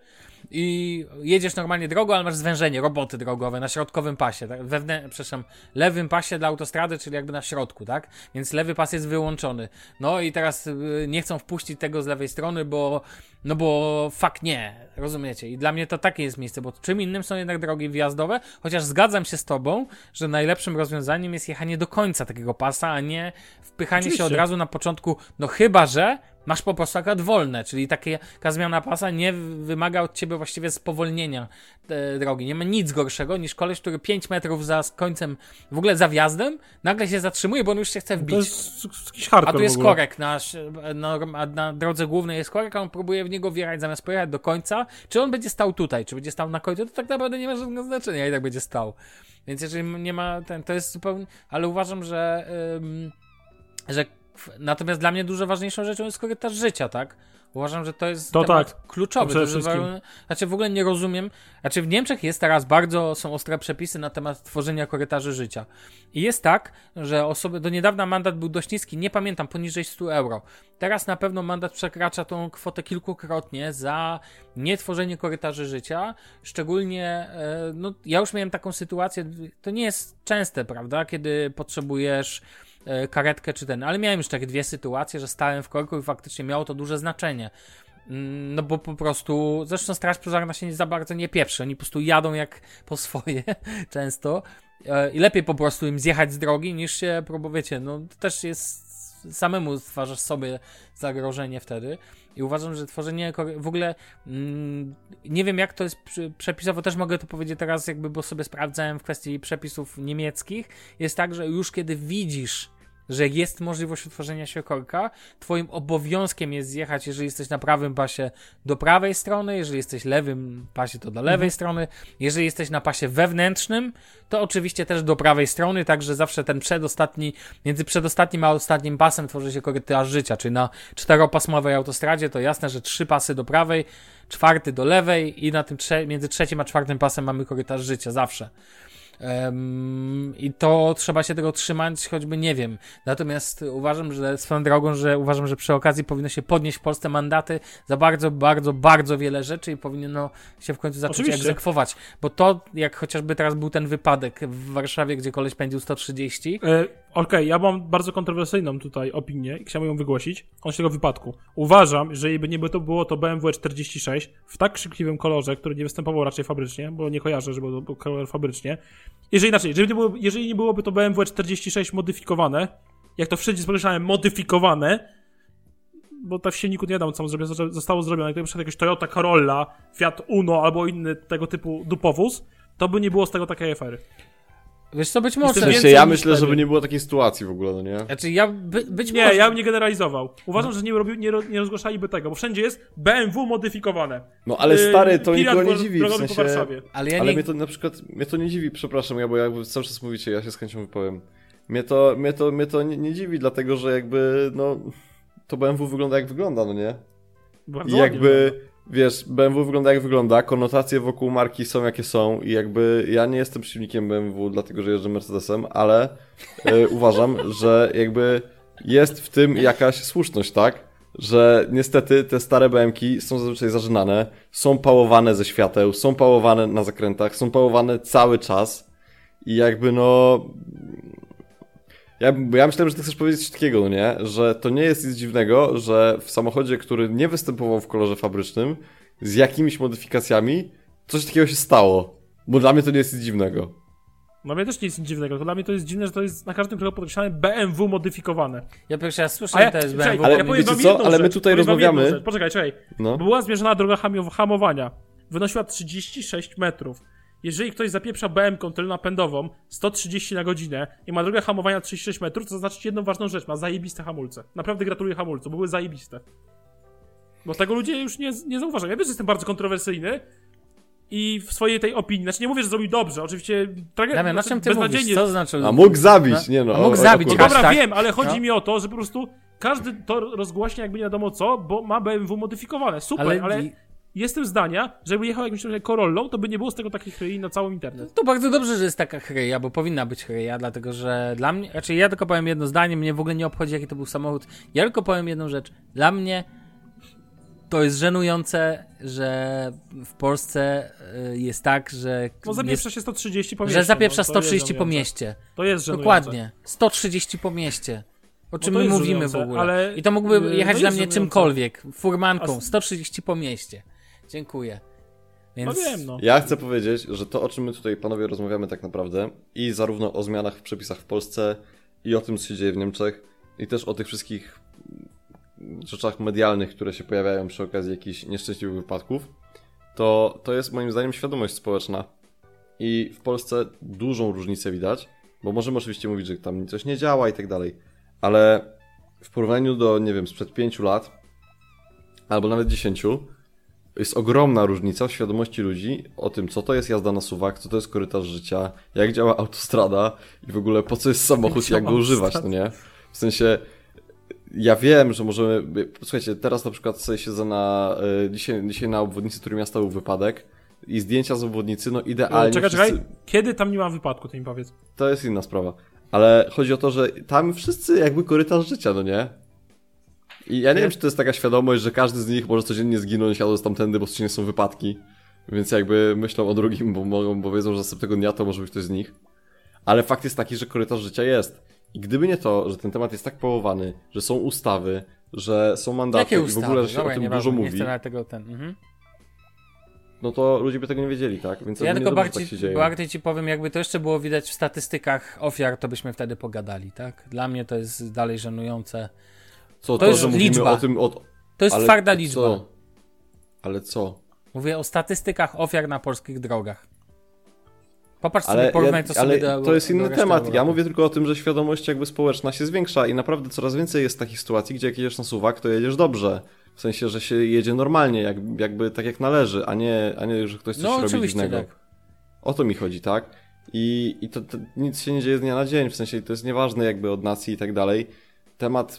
i jedziesz normalnie drogą, ale masz zwężenie, roboty drogowe na środkowym pasie, tak? Wewnę, przepraszam, lewym pasie dla autostrady, czyli jakby na środku, tak? Więc lewy pas jest wyłączony. No i teraz y, nie chcą wpuścić tego z lewej strony, bo no bo fakt nie, rozumiecie? I dla mnie to takie jest miejsce, bo czym innym są jednak drogi wjazdowe, chociaż zgadzam się z tobą, że najlepszym rozwiązaniem jest jechanie do końca takiego pasa, a nie wpychanie Oczywiście. się od razu na początku, no chyba, że masz po prostu akurat wolne, czyli takie, taka zmiana pasa nie w- wymaga od ciebie właściwie spowolnienia e, drogi. Nie ma nic gorszego niż koleś, który pięć metrów za końcem, w ogóle za wjazdem, nagle się zatrzymuje, bo on już się chce To wbić. jest jakiś hardcore A tu jest w ogóle. korek, na, na, na drodze głównej jest korek, a on próbuje w niego wjechać zamiast pojechać do końca. Czy on będzie stał tutaj, czy będzie stał na końcu, to tak naprawdę nie ma żadnego znaczenia i tak będzie stał. Więc jeżeli nie ma ten, to jest zupełnie, ale uważam, że, ym, że natomiast dla mnie dużo ważniejszą rzeczą jest korytarz życia, tak? Uważam, że to jest To temat tak. kluczowy. To przede To jest wszystkim. wa- Znaczy w ogóle nie rozumiem. Znaczy w Niemczech jest teraz bardzo, są ostre przepisy na temat tworzenia korytarzy życia. I jest tak, że osoby, do niedawna mandat był dość niski, nie pamiętam, poniżej stu euro. Teraz na pewno mandat przekracza tą kwotę kilkukrotnie za nietworzenie korytarzy życia. Szczególnie, e, no ja już miałem taką sytuację, to nie jest częste, prawda, kiedy potrzebujesz e, karetkę czy ten, ale miałem już takie dwie sytuacje, że stałem w korku i faktycznie miało to duże znaczenie. Mm, No bo po prostu, zresztą straż pożarna się nie za bardzo nie pieprzy, oni po prostu jadą jak po swoje często e, i lepiej po prostu im zjechać z drogi niż się próbowiecie, no to też jest, samemu stwarzasz sobie zagrożenie wtedy i uważam, że tworzenie kory- w ogóle mm, nie wiem jak to jest przy- przepisowo, też mogę to powiedzieć teraz jakby, bo sobie sprawdzałem w kwestii przepisów niemieckich, jest tak, że już kiedy widzisz, że jest możliwość utworzenia się korka, twoim obowiązkiem jest zjechać, jeżeli jesteś na prawym pasie, do prawej strony, jeżeli jesteś lewym pasie, to do lewej Mhm. strony, jeżeli jesteś na pasie wewnętrznym, to oczywiście też do prawej strony, także zawsze ten przedostatni, między przedostatnim a ostatnim pasem tworzy się korytarz życia, czyli na czteropasmowej autostradzie to jasne, że trzy pasy do prawej, czwarty do lewej i na tym trze- między trzecim a czwartym pasem mamy korytarz życia, zawsze. Um, I to trzeba się tego trzymać, choćby nie wiem. Natomiast uważam, że swoją drogą, że uważam, że przy okazji powinno się podnieść w Polsce mandaty za bardzo, bardzo, bardzo wiele rzeczy i powinno się w końcu zacząć Oczywiście. egzekwować. Bo to, jak chociażby teraz był ten wypadek w Warszawie, gdzie koleś pędził sto trzydzieści. E, Okej, okay, ja mam bardzo kontrowersyjną tutaj opinię i chciałbym ją wygłosić odnośnie tego wypadku. Uważam, że jeżeli by to było to B M W czterdzieści sześć w tak krzykliwym kolorze, który nie występował raczej fabrycznie, bo nie kojarzę, żeby to był kolor fabrycznie. Jeżeli inaczej, jeżeli nie, było, jeżeli nie byłoby to B M W czterdzieści sześć modyfikowane, jak to wszędzie podkreślałem, modyfikowane, bo to w silniku nie wiadomo, co zostało zrobione, gdyby przykład jakaś Toyota Corolla, Fiat Uno albo inny tego typu dupowóz, to by nie było z tego takiej afery. Wiesz co, być Jestem może. W sensie, więcej ja niż myślę, pewien. żeby nie było takiej sytuacji w ogóle, no nie? Znaczy ja by, być Nie, może. ja bym nie generalizował. Uważam, że nie, robi, nie, ro, nie rozgłaszaliby tego, bo wszędzie jest B M W modyfikowane. No ale Yy, stary, to Pirat nikogo nie dziwi, w drogowy po sensie... Warszawie. Ale ja Ale nie. mnie to na przykład, mnie to nie dziwi, przepraszam, ja, bo jakby cały czas mówicie, ja się z chęcią wypowiem. Mnie to, mnie to, mnie to nie, nie dziwi, dlatego że jakby, no, to B M W wygląda jak wygląda, no nie? Bardzo I jakby, ładnie. wiesz, B M W wygląda jak wygląda, konotacje wokół marki są jakie są i jakby ja nie jestem przeciwnikiem B M W, dlatego że jeżdżę Mercedesem, ale e, uważam, że jakby jest w tym jakaś słuszność, tak? Że niestety te stare B M ki są zazwyczaj zażynane, są pałowane ze świateł, są pałowane na zakrętach, są pałowane cały czas i jakby no... Ja, bo ja myślałem, że ty chcesz powiedzieć coś takiego, no nie? Że to nie jest nic dziwnego, że w samochodzie, który nie występował w kolorze fabrycznym, z jakimiś modyfikacjami, coś takiego się stało. Bo dla mnie to nie jest nic dziwnego. No mnie też nie jest nic dziwnego, to dla mnie to jest dziwne, że to jest na każdym kroku podkreślane B M W modyfikowane. Ja pierwszy raz słyszę, A ja- że to jest czekaj, B M W. ale ja powiem wiecie wam co? jedną Ale my rzecz, tutaj powiem wam jedną rozmawiamy- rzecz. Poczekaj, czekaj. No. Była zmierzona droga hamio- hamowania. Wynosiła trzydzieści sześć metrów. Jeżeli ktoś zapieprza B M-ką tylnopędową sto trzydzieści na godzinę i ma drogę hamowania trzydzieści sześć metrów, to znaczy jedną ważną rzecz. Ma zajebiste hamulce. Naprawdę gratuluję hamulcu, bo były zajebiste. Bo tego ludzie już nie, nie zauważają. Ja wiem, że jestem bardzo kontrowersyjny i w swojej tej opinii, znaczy nie mówię, że zrobił dobrze, oczywiście tragedia, Damian, na znaczy czym ty mówisz? beznadziejnie. Co to znaczy? A mógł zabić, nie no. A mógł o- o- zabić, kurwa. aż Dobra, tak. wiem, ale chodzi No. mi o to, że po prostu każdy to rozgłaśnia jakby nie wiadomo co, bo ma B M W modyfikowane. Super, ale, Ale- jestem zdania, że jakby jechał jakimś tam Corollą, to by nie było z tego takich chryi na cały internet. To bardzo dobrze, że jest taka chryja, bo powinna być chryja, dlatego że dla mnie, znaczy ja tylko powiem jedno zdanie, mnie w ogóle nie obchodzi, jaki to był samochód. Ja tylko powiem jedną rzecz. Dla mnie to jest żenujące, że w Polsce y, jest tak, że No zapieprza się sto trzydzieści po mieście. że zapieprza no, to sto jest trzydzieści po żenujące. mieście. To jest żenujące. Dokładnie. sto trzydzieści po mieście. O czym to my jest mówimy w żenujące, ogóle. ale, I to mógłby yy, jechać to dla jest mnie żenujące. czymkolwiek. Furmanką. A- sto trzydzieści po mieście. Dziękuję. Więc... No wiem, no. Ja chcę powiedzieć, że to, o czym my tutaj, panowie, rozmawiamy tak naprawdę i zarówno o zmianach w przepisach w Polsce i o tym, co się dzieje w Niemczech i też o tych wszystkich rzeczach medialnych, które się pojawiają przy okazji jakichś nieszczęśliwych wypadków, to, to jest moim zdaniem świadomość społeczna. I w Polsce dużą różnicę widać, bo możemy oczywiście mówić, że tam coś nie działa i tak dalej, ale w porównaniu do, nie wiem, sprzed pięciu lat albo nawet dziesięciu, jest ogromna różnica w świadomości ludzi o tym, co to jest jazda na suwak, co to jest korytarz życia, jak działa autostrada i w ogóle po co jest samochód i jak go używać, no nie? W sensie, ja wiem, że możemy... Słuchajcie, teraz na przykład sobie siedzę na... y, Dzisiaj, dzisiaj na obwodnicy Trójmiasta był wypadek i zdjęcia z obwodnicy, no idealnie Czekaj, wszyscy... czekaj. Kiedy tam nie ma wypadku, to mi powiedz. To jest inna sprawa. Ale chodzi o to, że tam wszyscy jakby korytarz życia, no nie? I ja nie wiem, czy to jest taka świadomość, że każdy z nich może codziennie zginąć jadąc tamtędy, bo codziennie są wypadki. Więc jakby myślą o drugim, bo mogą, bo wiedzą, że następnego dnia to może być ktoś z nich. Ale fakt jest taki, że korytarz życia jest. I gdyby nie to, że ten temat jest tak połowany, że są ustawy, że są mandaty Jakie i ustawy? w ogóle, że się Dobra, o tym nieważne, dużo nie mówi, chcę nawet tego ten... Mhm. no to ludzie by tego nie wiedzieli, tak? Więc Ja to tylko nie dobrze, że bardziej, tak się dzieje. bardziej ci powiem, jakby to jeszcze było widać w statystykach ofiar, to byśmy wtedy pogadali, tak? Dla mnie to jest dalej żenujące. Co, to to, jest że mówimy liczba. o tym... O... To jest Ale twarda co? liczba. Ale co? Mówię o statystykach ofiar na polskich drogach. Popatrz Ale, sobie, porównaj ja, to sobie ale do to jest do inny reszty temat. Europy. Ja mówię tylko o tym, że świadomość jakby społeczna się zwiększa i naprawdę coraz więcej jest takich sytuacji, gdzie jak jedziesz na suwak, to jedziesz dobrze. W sensie, że się jedzie normalnie, jak, jakby tak jak należy, a nie, a nie że ktoś coś No, robi oczywiście dziwnego. tak. O to mi chodzi, tak? I, i to, to nic się nie dzieje z dnia na dzień, w sensie to jest nieważne jakby od nacji i tak dalej. Temat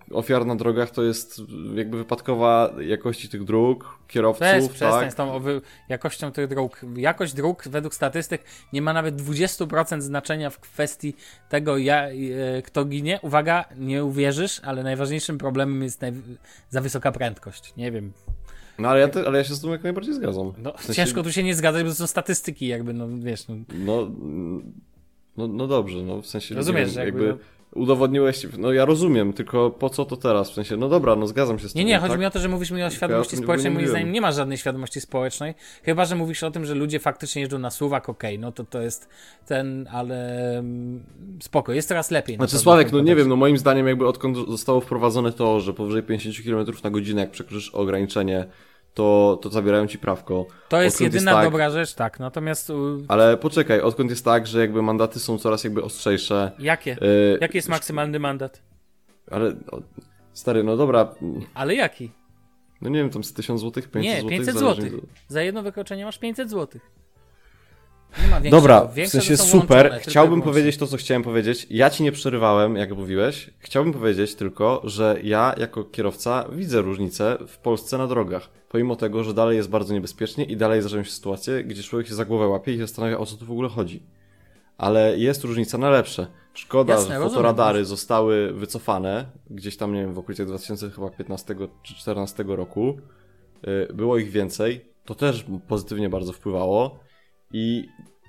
ofiar na drogach to jest jakby wypadkowa jakości tych dróg, kierowców, Weź, tak? przestań z tą owy- jakością tych dróg. Jakość dróg według statystyk nie ma nawet dwadzieścia procent znaczenia w kwestii tego, ja, e, kto ginie. Uwaga, nie uwierzysz, ale najważniejszym problemem jest naj... za wysoka prędkość. Nie wiem. No ale ja, te, ale ja się z tym jak najbardziej zgadzam. No, W sensie, ciężko tu się nie zgadzać, bo to są statystyki jakby, no wiesz. No. No, no, no dobrze, no w sensie... Rozumiesz, nie że wiem, jakby... jakby udowodniłeś, no ja rozumiem, tylko po co to teraz? W sensie, no dobra, no zgadzam się z tym. Nie, nie, chodzi tak? mi o to, że mówisz mi o świadomości Ja o tym społecznej, nie moim mówiłem. zdaniem nie ma żadnej świadomości społecznej, chyba że mówisz o tym, że ludzie faktycznie jeżdżą na suwak, okej, okay, no to to jest ten, ale mm, spoko, jest coraz lepiej. Znaczy pewno Sławek, w tym no nie wiem, kontekście. no moim zdaniem jakby odkąd zostało wprowadzone to, że powyżej pięćdziesiąt kilometrów na godzinę, jak przekroczysz ograniczenie, to, to zabierają ci prawko. To jest Odkąd jedyna tak, dobra rzecz, tak, natomiast u, Ale poczekaj, odkąd jest tak, że jakby mandaty są coraz jakby ostrzejsze. jakie? Yy, Jaki jest maksymalny mandat? Ale, o, stary, no dobra, Ale jaki? no nie wiem, tam z tysiąc złotych, pięćset Nie, złotych. pięćset zależy- złotych. Za jedno wykroczenie masz pięćset złotych. Nie ma większego. Dobra, w Większe sensie to są super, łączone, tylko chciałbym i wyłącznie. powiedzieć to, co chciałem powiedzieć. Ja ci nie przerywałem, jak mówiłeś. Chciałbym powiedzieć tylko, że ja jako kierowca widzę różnicę w Polsce na drogach. Pomimo tego, że dalej jest bardzo niebezpiecznie i dalej zdarzają się sytuacje, gdzie człowiek się za głowę łapie i się zastanawia, o co tu w ogóle chodzi. Ale jest różnica na lepsze. Szkoda, Jasne, że rozumiem. fotoradary zostały wycofane gdzieś tam, nie wiem, w okolicach dwa tysiące piętnastego czy dwa tysiące czternastego roku. Yy, Było ich więcej. To też pozytywnie bardzo wpływało. I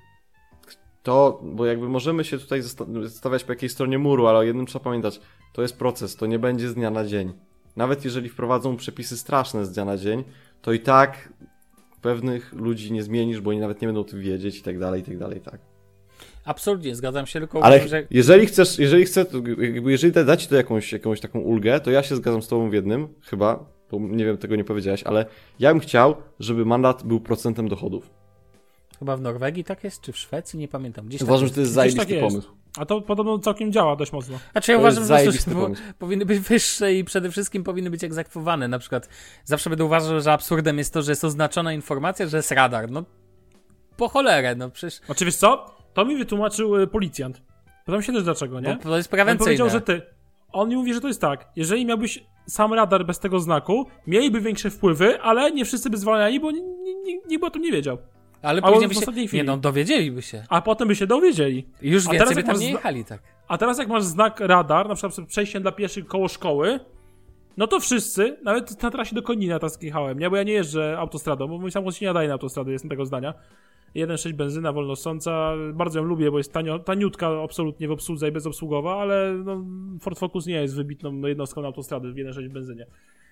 to, bo jakby możemy się tutaj zasta- stawiać po jakiej stronie muru, ale o jednym trzeba pamiętać, to jest proces, to nie będzie z dnia na dzień. Nawet jeżeli wprowadzą przepisy straszne z dnia na dzień, to i tak pewnych ludzi nie zmienisz, bo oni nawet nie będą o tym wiedzieć i tak dalej, i tak dalej, tak. Absolutnie, zgadzam się, tylko Ale uważam, że... jeżeli chcesz, jeżeli chcę, to jakby jeżeli da ci to jakąś, jakąś taką ulgę, to ja się zgadzam z tobą w jednym, chyba, bo nie wiem, tego nie powiedziałeś, ale ja bym chciał, żeby mandat był procentem dochodów. Chyba w Norwegii tak jest, czy w Szwecji, nie pamiętam. Gdzieś tak Uważam, jest. że to jest Gdzieś tak zajebisty jest. pomysł. A to podobno całkiem działa dość mocno. Znaczy ja To uważam, jest że zajebisty po, pomysł. powinny być wyższe i przede wszystkim powinny być egzekwowane. Na przykład zawsze będę uważał, że absurdem jest to, że jest oznaczona informacja, że jest radar. No po cholerę, no przecież Znaczy wiesz co? To mi wytłumaczył y, policjant. Pytam się też dlaczego, nie? bo to jest On prewencyjne. powiedział, że ty. On mi mówi, że to jest tak. Jeżeli miałbyś sam radar bez tego znaku, mieliby większe wpływy, ale nie wszyscy by zwalniali, bo nikt by o tym nie wiedział. Ale Albo później w by się... ostatniej chwili. Nie no, dowiedzieliby się. A potem by się dowiedzieli. I już A więcej teraz by jak tam masz nie zna- jechali, tak. A teraz jak masz znak radar, na przykład przed przejściem dla pieszych koło szkoły, no to wszyscy, nawet na trasie do Konina teraz jechałem, nie? Bo ja nie jeżdżę autostradą, bo mój samochód się nie nadaje na autostradę, jestem tego zdania. jeden przecinek sześć benzyna, wolnosąca, bardzo ją lubię, bo jest tanio, taniutka absolutnie w obsłudze i bezobsługowa, ale no, Ford Focus nie jest wybitną jednostką na autostrady w jeden przecinek sześć benzynie.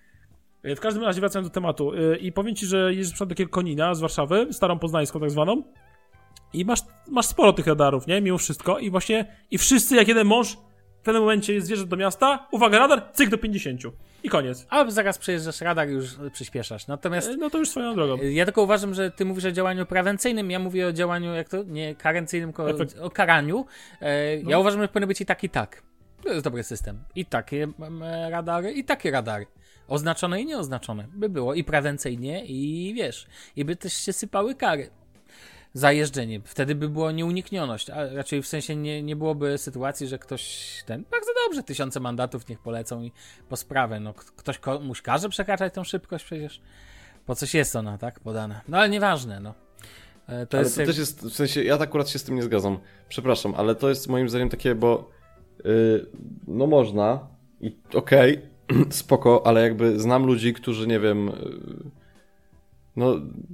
W każdym razie wracając do tematu i powiem ci, że jedziesz przykład do takiego Konina z Warszawy, starą poznańską tak zwaną, i masz, masz sporo tych radarów, nie? Mimo wszystko. I właśnie, i wszyscy jak jeden mąż w pewnym momencie zjeżdża do miasta, uwaga, radar, cyk do pięćdziesięciu. I koniec. A zaraz przejeżdżasz radar i już przyspieszasz. Natomiast No to już swoją drogą. ja tylko uważam, że ty mówisz o działaniu prewencyjnym, ja mówię o działaniu, jak to, nie karencyjnym, tylko Efekt. o karaniu. E, No. Ja uważam, że powinno być i tak, i tak. To jest dobry system. I takie mm, radary, i takie radary. Oznaczone i nieoznaczone. By było i prewencyjnie, i wiesz, i by też się sypały kary za jeżdżenie. Wtedy by było nieuniknioność, a raczej w sensie nie, nie byłoby sytuacji, że ktoś ten, bardzo dobrze, tysiące mandatów niech polecą i po sprawę. No, k- ktoś komuś każe przekraczać tą szybkość przecież. Po coś jest ona, tak, podana. No ale nieważne, no. E, To ale jest to jak- też jest, w sensie, ja akurat się z tym nie zgadzam. Przepraszam, ale to jest moim zdaniem takie, bo yy, no można i okej, spoko, ale jakby znam ludzi, którzy, nie wiem, yy, no...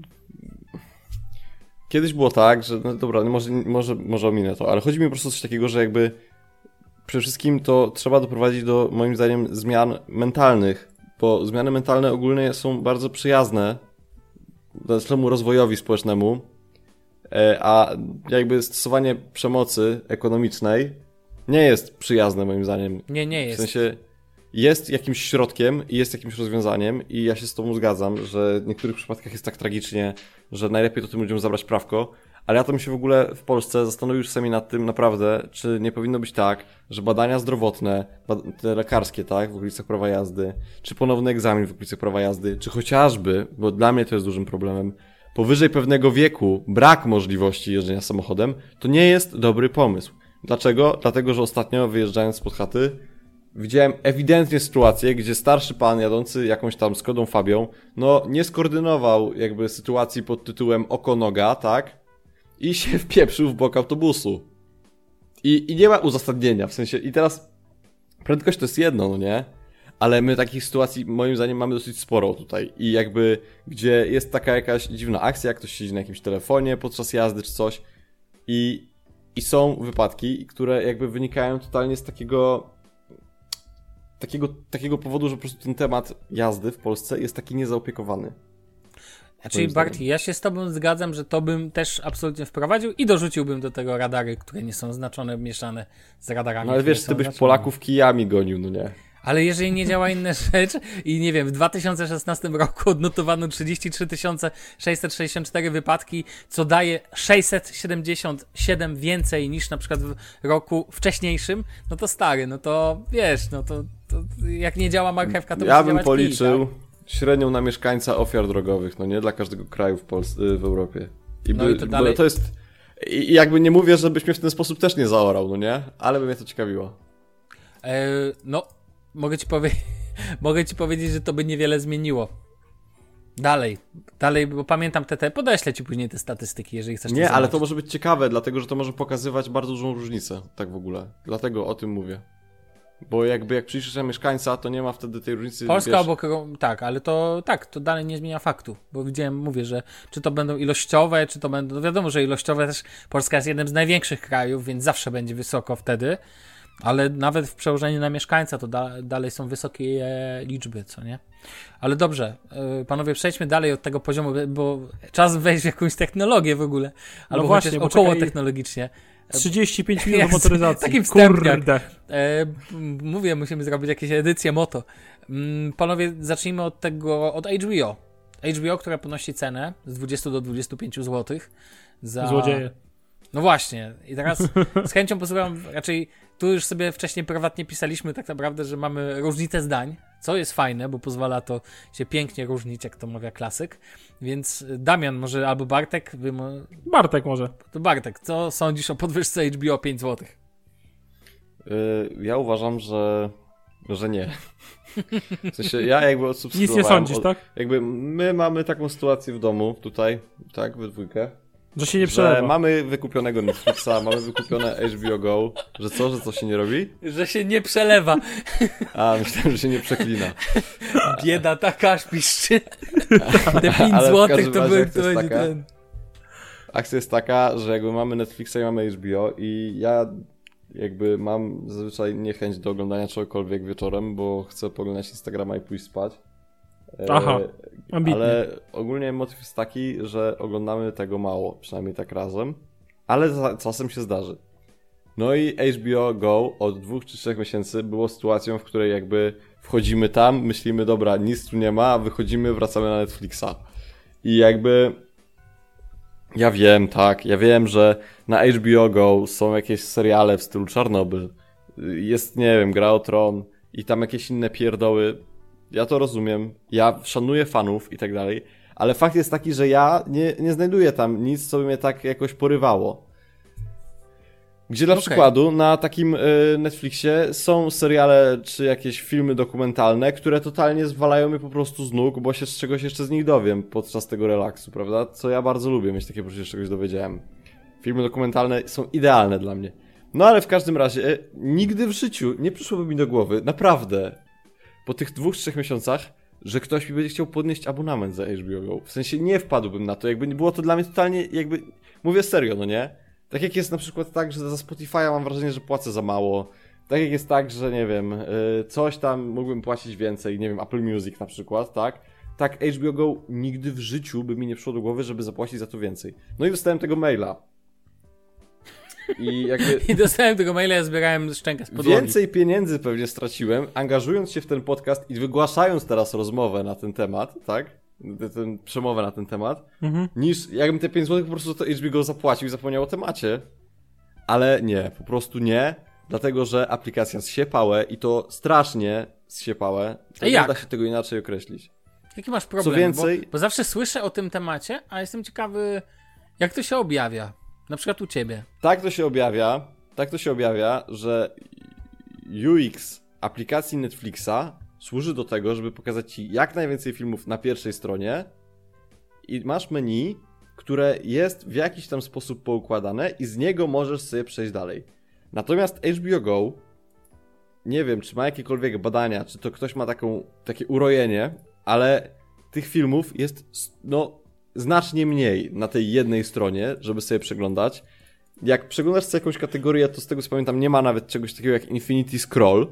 Kiedyś było tak, że, no dobra, no może, może, może ominę to, ale chodzi mi po prostu o coś takiego, że jakby przede wszystkim to trzeba doprowadzić do, moim zdaniem, zmian mentalnych, bo zmiany mentalne ogólnie są bardzo przyjazne naszemu rozwojowi społecznemu, e, a jakby stosowanie przemocy ekonomicznej nie jest przyjazne moim zdaniem. Nie, nie W jest. sensie jest jakimś środkiem i jest jakimś rozwiązaniem i ja się z tobą zgadzam, że w niektórych przypadkach jest tak tragicznie, że najlepiej to tym ludziom zabrać prawko, ale ja to bym się w ogóle w Polsce zastanowił czasami nad tym naprawdę, czy nie powinno być tak, że badania zdrowotne, bad- te lekarskie, tak, w okolicach prawa jazdy, czy ponowny egzamin w okolicach prawa jazdy, czy chociażby, bo dla mnie to jest dużym problemem, powyżej pewnego wieku brak możliwości jeżdżenia samochodem, to nie jest dobry pomysł. Dlaczego? Dlatego, że ostatnio wyjeżdżając spod chaty, widziałem ewidentnie sytuację, gdzie starszy pan jadący jakąś tam Skodą Fabią, no nie skoordynował jakby sytuacji pod tytułem oko noga, tak? I się wpieprzył w bok autobusu. I, I nie ma uzasadnienia, w sensie, i teraz prędkość to jest jedno, no nie? Ale my takich sytuacji, moim zdaniem, mamy dosyć sporo tutaj. I jakby, gdzie jest taka jakaś dziwna akcja, jak ktoś siedzi na jakimś telefonie podczas jazdy czy coś. I, i są wypadki, które jakby wynikają totalnie z takiego, takiego, takiego powodu, że po prostu ten temat jazdy w Polsce jest taki niezaopiekowany. Czyli Barty, ja się z tobą zgadzam, że to bym też absolutnie wprowadził i dorzuciłbym do tego radary, które nie są znaczone, mieszane z radarami. No ale wiesz, ty byś znaczone. Polaków kijami gonił, no nie? Ale jeżeli nie działa inna rzecz i nie wiem, w dwa tysiące szesnastym roku odnotowano trzydzieści trzy tysiące sześćset sześćdziesiąt cztery wypadki, co daje sześćset siedemdziesiąt siedem więcej niż na przykład w roku wcześniejszym, no to stary, no to wiesz, no to, to jak nie działa marchewka, to ja musi bym działać policzył kij, tak? Średnią na mieszkańca ofiar drogowych, no nie? Dla każdego kraju w Polsce, w Europie. I, no by, i to dalej... to jest... I jakby nie mówię, żebyś mnie w ten sposób też nie zaorał, no nie? Ale by mnie to ciekawiło. E, no, mogę ci, powie... mogę ci powiedzieć, że to by niewiele zmieniło. Dalej, dalej, bo pamiętam te, te, podeślę ci później te statystyki, jeżeli chcesz. Nie, ale to może być ciekawe, dlatego, że to może pokazywać bardzo dużą różnicę, tak w ogóle. Dlatego o tym mówię. Bo jakby jak przyjrzysz na mieszkańca, to nie ma wtedy tej różnicy. Polska wiesz... obok, tak, ale to tak, to dalej nie zmienia faktu, bo widziałem, mówię, że czy to będą ilościowe, czy to będą, no wiadomo, że ilościowe też, Polska jest jednym z największych krajów, więc zawsze będzie wysoko wtedy, ale nawet w przełożeniu na mieszkańca to da, dalej są wysokie e, liczby, co nie? Ale dobrze, e, panowie, przejdźmy dalej od tego poziomu, bo czas wejść w jakąś technologię w ogóle, albo no właśnie, chociaż około technologicznie. trzydzieści pięć minut do motoryzacji. Takim wstępem. E, mówię, musimy zrobić jakieś edycje moto. Mm, panowie, zacznijmy od tego, od H B O. H B O, która podnosi cenę z dwudziestu do dwudziestu pięciu złotych za... Złodzieje. No właśnie. I teraz z chęcią posłucham, raczej tu już sobie wcześniej prywatnie pisaliśmy tak naprawdę, że mamy różnicę zdań, co jest fajne, bo pozwala to się pięknie różnić, jak to mawia klasyk. Więc Damian może, albo Bartek, wy mo... Bartek może. To Bartek, co sądzisz o podwyżce H B O o pięć złotych? Yy, ja uważam, że, że nie. W sensie ja jakby odsubskrybowałem... Nic nie sądzisz, od... tak? Jakby my mamy taką sytuację w domu, tutaj, tak, we dwójkę. Że się nie przelewa. Że mamy wykupionego Netflixa, mamy wykupione H B O Go. Że co? Że co się nie robi? Że się nie przelewa. A, myślałem, że się nie przeklina. Bieda taka aż piszczy. Te pięć złotych to by, to będzie ten... Akcja jest taka, że jakby mamy Netflixa i mamy H B O i ja jakby mam zazwyczaj niechęć do oglądania czegokolwiek wieczorem, bo chcę poglądać Instagrama i pójść spać. Aha, ambitnie. Ale ogólnie motyw jest taki, że oglądamy tego mało, przynajmniej tak razem, ale za, czasem się zdarzy. No i H B O Go od dwóch czy trzech miesięcy było sytuacją, w której jakby wchodzimy tam, myślimy, dobra, nic tu nie ma, wychodzimy, wracamy na Netflixa. I jakby ja wiem, tak, ja wiem, że na H B O Go są jakieś seriale w stylu Czarnobyl, jest, nie wiem, Gra o Tron i tam jakieś inne pierdoły. Ja to rozumiem, ja szanuję fanów i tak dalej, ale fakt jest taki, że ja nie, nie znajduję tam nic, co by mnie tak jakoś porywało. Gdzie dla okay. przykładu na takim y, Netflixie są seriale czy jakieś filmy dokumentalne, które totalnie zwalają mnie po prostu z nóg, bo się z czegoś jeszcze z nich dowiem podczas tego relaksu, prawda? Co ja bardzo lubię, mieć takie poczucie, że czegoś dowiedziałem. Filmy dokumentalne są idealne dla mnie. No ale w każdym razie, y, nigdy w życiu nie przyszłoby mi do głowy, naprawdę, po tych dwóch, trzech miesiącach, że ktoś mi będzie chciał podnieść abonament za H B O Go. W sensie nie wpadłbym na to, jakby nie było to dla mnie totalnie, jakby, mówię serio, no nie? Tak jak jest na przykład tak, że za Spotify'a mam wrażenie, że płacę za mało. Tak jak jest tak, że nie wiem, coś tam mógłbym płacić więcej, nie wiem, Apple Music na przykład, tak? Tak H B O Go nigdy w życiu by mi nie przyszło do głowy, żeby zapłacić za to więcej. No i dostałem tego maila. I, jakby... I dostałem tego maila, ja zbierałem szczękę z podłogi. Więcej pieniędzy pewnie straciłem, angażując się w ten podcast i wygłaszając teraz rozmowę na ten temat, tak? Tę przemowę na ten temat, mhm. niż jakbym te pięć złotych po prostu to H B O Go zapłacił i zapomniał o temacie. Ale nie, po prostu nie, dlatego że aplikacja zsiepałe i to strasznie zsiepałe. To nie da się tego inaczej określić. Jaki masz problem? Co więcej... Bo, bo zawsze słyszę o tym temacie, a jestem ciekawy, jak to się objawia. Na przykład u ciebie. Tak to się objawia, tak to się objawia, że U X aplikacji Netflixa służy do tego, żeby pokazać ci jak najwięcej filmów na pierwszej stronie i masz menu, które jest w jakiś tam sposób poukładane i z niego możesz sobie przejść dalej. Natomiast H B O Go, nie wiem, czy ma jakiekolwiek badania, czy to ktoś ma taką, takie urojenie, ale tych filmów jest no, znacznie mniej na tej jednej stronie, żeby sobie przeglądać. Jak przeglądasz sobie jakąś kategorię, to z tego co pamiętam nie ma nawet czegoś takiego jak Infinity Scroll.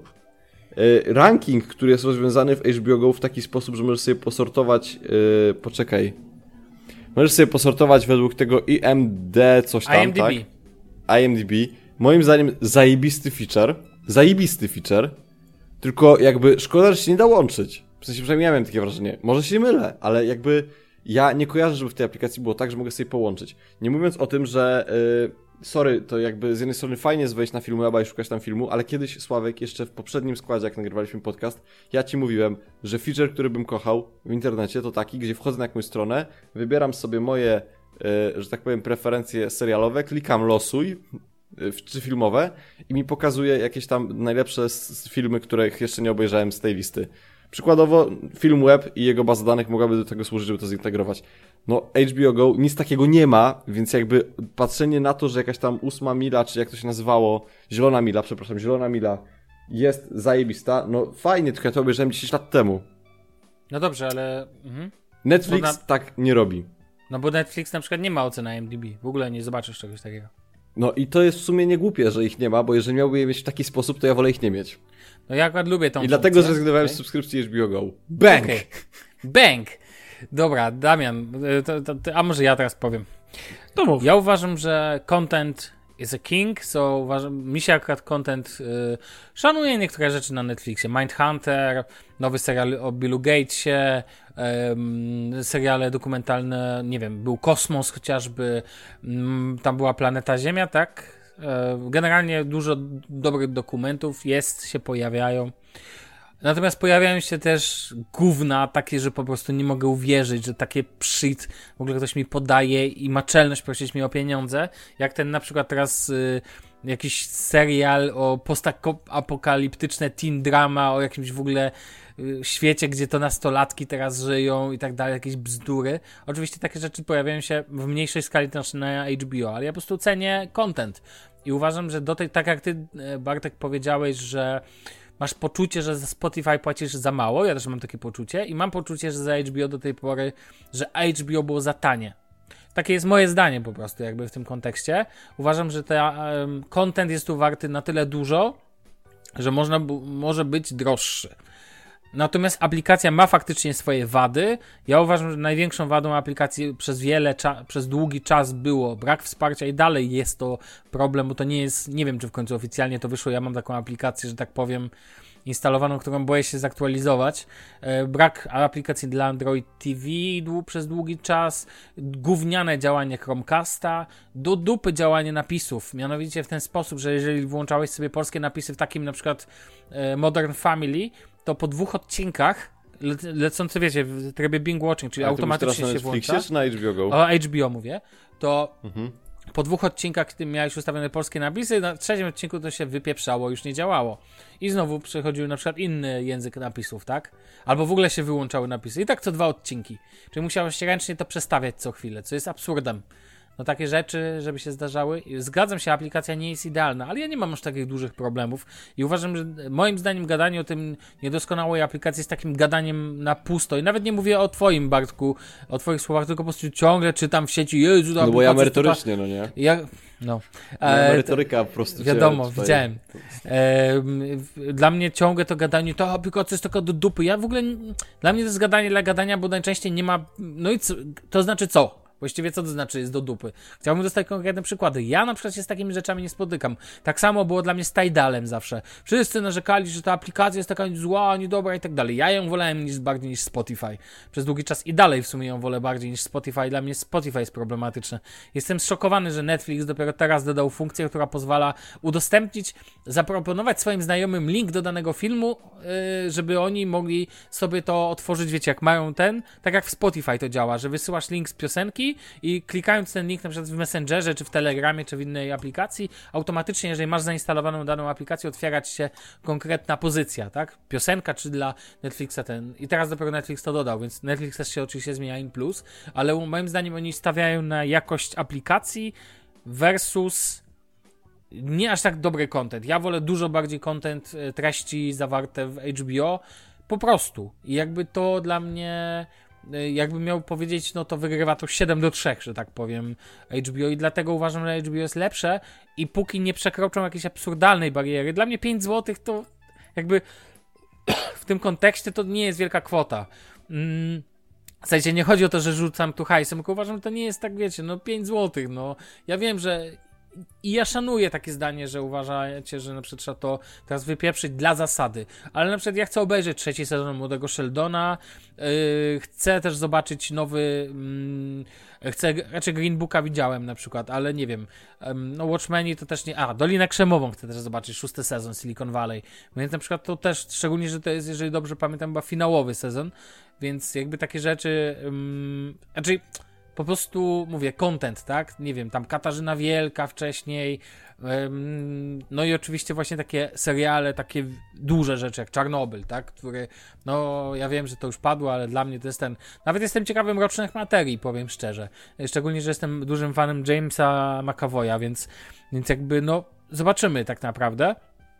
Ranking, który jest rozwiązany w H B O Go w taki sposób, że możesz sobie posortować, yy, poczekaj, możesz sobie posortować według tego I M D coś tam, I M D B. tak? I M D B. Moim zdaniem zajebisty feature, zajebisty feature, tylko jakby szkoda, że się nie da łączyć. W sensie przynajmniej ja miałem takie wrażenie, może się mylę, ale jakby ja nie kojarzę, żeby w tej aplikacji było tak, że mogę sobie połączyć. Nie mówiąc o tym, że yy, sorry, to jakby z jednej strony fajnie jest wejść na Filmweba i szukać tam filmu, ale kiedyś, Sławek, jeszcze w poprzednim składzie, jak nagrywaliśmy podcast, ja ci mówiłem, że feature, który bym kochał w internecie, to taki, gdzie wchodzę na jakąś stronę, wybieram sobie moje, yy, że tak powiem, preferencje serialowe, klikam losuj, yy, czy filmowe i mi pokazuje jakieś tam najlepsze s- filmy, których jeszcze nie obejrzałem z tej listy. Przykładowo Filmweb i jego baza danych mogłaby do tego służyć, żeby to zintegrować. No H B O Go nic takiego nie ma, więc jakby patrzenie na to, że jakaś tam ósma mila, czy jak to się nazywało, zielona mila, przepraszam, zielona mila jest zajebista, no fajnie, tylko ja to obejrzałem dziesięć lat temu. No dobrze, ale... Mhm. Netflix na... tak nie robi. No bo Netflix na przykład nie ma ocen na I M D B. W ogóle nie zobaczysz czegoś takiego. No i to jest w sumie nie głupie, że ich nie ma, bo jeżeli miałby je mieć w taki sposób, to ja wolę ich nie mieć. No ja akurat lubię tą I funkcję. dlatego zrezygnowałem okay. z subskrypcji H B O Go. Bang! Okay. Bang! Dobra, Damian, to, to, to, a może ja teraz powiem. To mów. Ja uważam, że content is a king, so uważam, mi się akurat content y, szanuje niektóre rzeczy na Netflixie. Mindhunter, nowy serial o Billu Gatesie, y, seriale dokumentalne, nie wiem, był Kosmos chociażby, y, tam była Planeta Ziemia, tak? Y, generalnie dużo dobrych dokumentów jest, się pojawiają. Natomiast pojawiają się też gówna takie, że po prostu nie mogę uwierzyć, że takie shit w ogóle ktoś mi podaje i ma czelność prosić mi o pieniądze. Jak ten na przykład teraz y, jakiś serial o postapokaliptyczne teen drama, o jakimś w ogóle y, świecie, gdzie to nastolatki teraz żyją i tak dalej, jakieś bzdury. Oczywiście takie rzeczy pojawiają się w mniejszej skali też na H B O, ale ja po prostu cenię content. I uważam, że do tej, tak jak ty, Bartek, powiedziałeś, że masz poczucie, że za Spotify płacisz za mało, ja też mam takie poczucie i mam poczucie, że za H B O do tej pory, że H B O było za tanie. Takie jest moje zdanie po prostu jakby w tym kontekście. Uważam, że ten um, content jest tu warty na tyle dużo, że można, może być droższy. Natomiast aplikacja ma faktycznie swoje wady. Ja uważam, że największą wadą aplikacji przez wiele, cza- przez długi czas było brak wsparcia i dalej jest to problem, bo to nie jest, nie wiem czy w końcu oficjalnie to wyszło, ja mam taką aplikację, że tak powiem, instalowaną, którą boję się zaktualizować. E, brak aplikacji dla Android T V dłu- przez długi czas, gówniane działanie Chromecasta, do dupy działanie napisów, mianowicie w ten sposób, że jeżeli włączałeś sobie polskie napisy w takim na przykład e, Modern Family, to po dwóch odcinkach le- lecący, wiecie, w trybie binge watching, czyli A automatycznie na się Netflixie, włącza. czy na H B O Go? O H B O mówię, to Mhm. po dwóch odcinkach, kiedy miałeś ustawione polskie napisy, na trzecim odcinku to się wypieprzało, już nie działało. I znowu przechodził na przykład inny język napisów, tak? Albo w ogóle się wyłączały napisy. I tak co dwa odcinki. Czyli musiałeś ręcznie to przestawiać co chwilę, co jest absurdem. No takie rzeczy, żeby się zdarzały. Zgadzam się, aplikacja nie jest idealna, ale ja nie mam aż takich dużych problemów i uważam, że moim zdaniem gadanie o tym niedoskonałej aplikacji jest takim gadaniem na pusto. I nawet nie mówię o twoim, Bartku, o twoich słowach, tylko po prostu ciągle czytam w sieci, Jezu, No bo ja merytorycznie, no nie? Ja, no. Ja E, merytoryka po prostu. Wiadomo, tutaj... widziałem. E, dla mnie ciągle to gadanie, to aplikacja jest taka do dupy. Ja w ogóle, dla mnie to jest gadanie dla gadania, bo najczęściej nie ma, no i co, to znaczy co? Właściwie co to znaczy jest do dupy? Chciałbym dostać konkretne przykłady. Ja na przykład się z takimi rzeczami nie spotykam. Tak samo było dla mnie z Tidalem zawsze. Wszyscy narzekali, że ta aplikacja jest taka zła, niedobra i tak dalej. Ja ją wolałem niż bardziej niż Spotify. Przez długi czas i dalej w sumie ją wolę bardziej niż Spotify. Dla mnie Spotify jest problematyczne. Jestem zszokowany, że Netflix dopiero teraz dodał funkcję, która pozwala udostępnić, zaproponować swoim znajomym link do danego filmu yy, żeby oni mogli sobie to otworzyć, wiecie, jak mają ten, tak jak w Spotify to działa, że wysyłasz link z piosenki i klikając ten link na przykład w Messengerze, czy w Telegramie, czy w innej aplikacji, automatycznie, jeżeli masz zainstalowaną daną aplikację, otwiera ci się konkretna pozycja, tak? Piosenka, czy dla Netflixa ten. I teraz dopiero Netflix to dodał, więc Netflix też się oczywiście zmienia in plus, ale moim zdaniem oni stawiają na jakość aplikacji versus nie aż tak dobry content. Ja wolę dużo bardziej content, treści zawarte w H B O po prostu. I jakby to dla mnie, jakbym miał powiedzieć, no to wygrywa to siedem do trzech, że tak powiem, H B O i dlatego uważam, że H B O jest lepsze i póki nie przekroczą jakiejś absurdalnej bariery, dla mnie pięć złotych to jakby w tym kontekście to nie jest wielka kwota. Mm. W sensie nie chodzi o to, że rzucam tu hajsem, tylko uważam, że to nie jest tak, wiecie, no pięć złotych, no. Ja wiem, że i ja szanuję takie zdanie, że uważacie, że na przykład trzeba to teraz wypieprzyć dla zasady, ale na przykład ja chcę obejrzeć trzeci sezon Młodego Sheldona, yy, chcę też zobaczyć nowy, yy, chcę, raczej Green Booka widziałem na przykład, ale nie wiem, yy, no Watchmeni to też nie, a Dolinę Krzemową chcę też zobaczyć, szósty sezon Silicon Valley, więc na przykład to też, szczególnie, że to jest, jeżeli dobrze pamiętam, chyba finałowy sezon, więc jakby takie rzeczy, yy, znaczy po prostu, mówię, content, tak? Nie wiem, tam Katarzyna Wielka wcześniej, ym, no i oczywiście właśnie takie seriale, takie duże rzeczy jak Czarnobyl, tak? Który, no ja wiem, że to już padło, ale dla mnie to jest ten, nawet jestem ciekawy Mrocznych Materii, powiem szczerze. Szczególnie, że jestem dużym fanem Jamesa McAvoya, więc, więc jakby, no, zobaczymy tak naprawdę.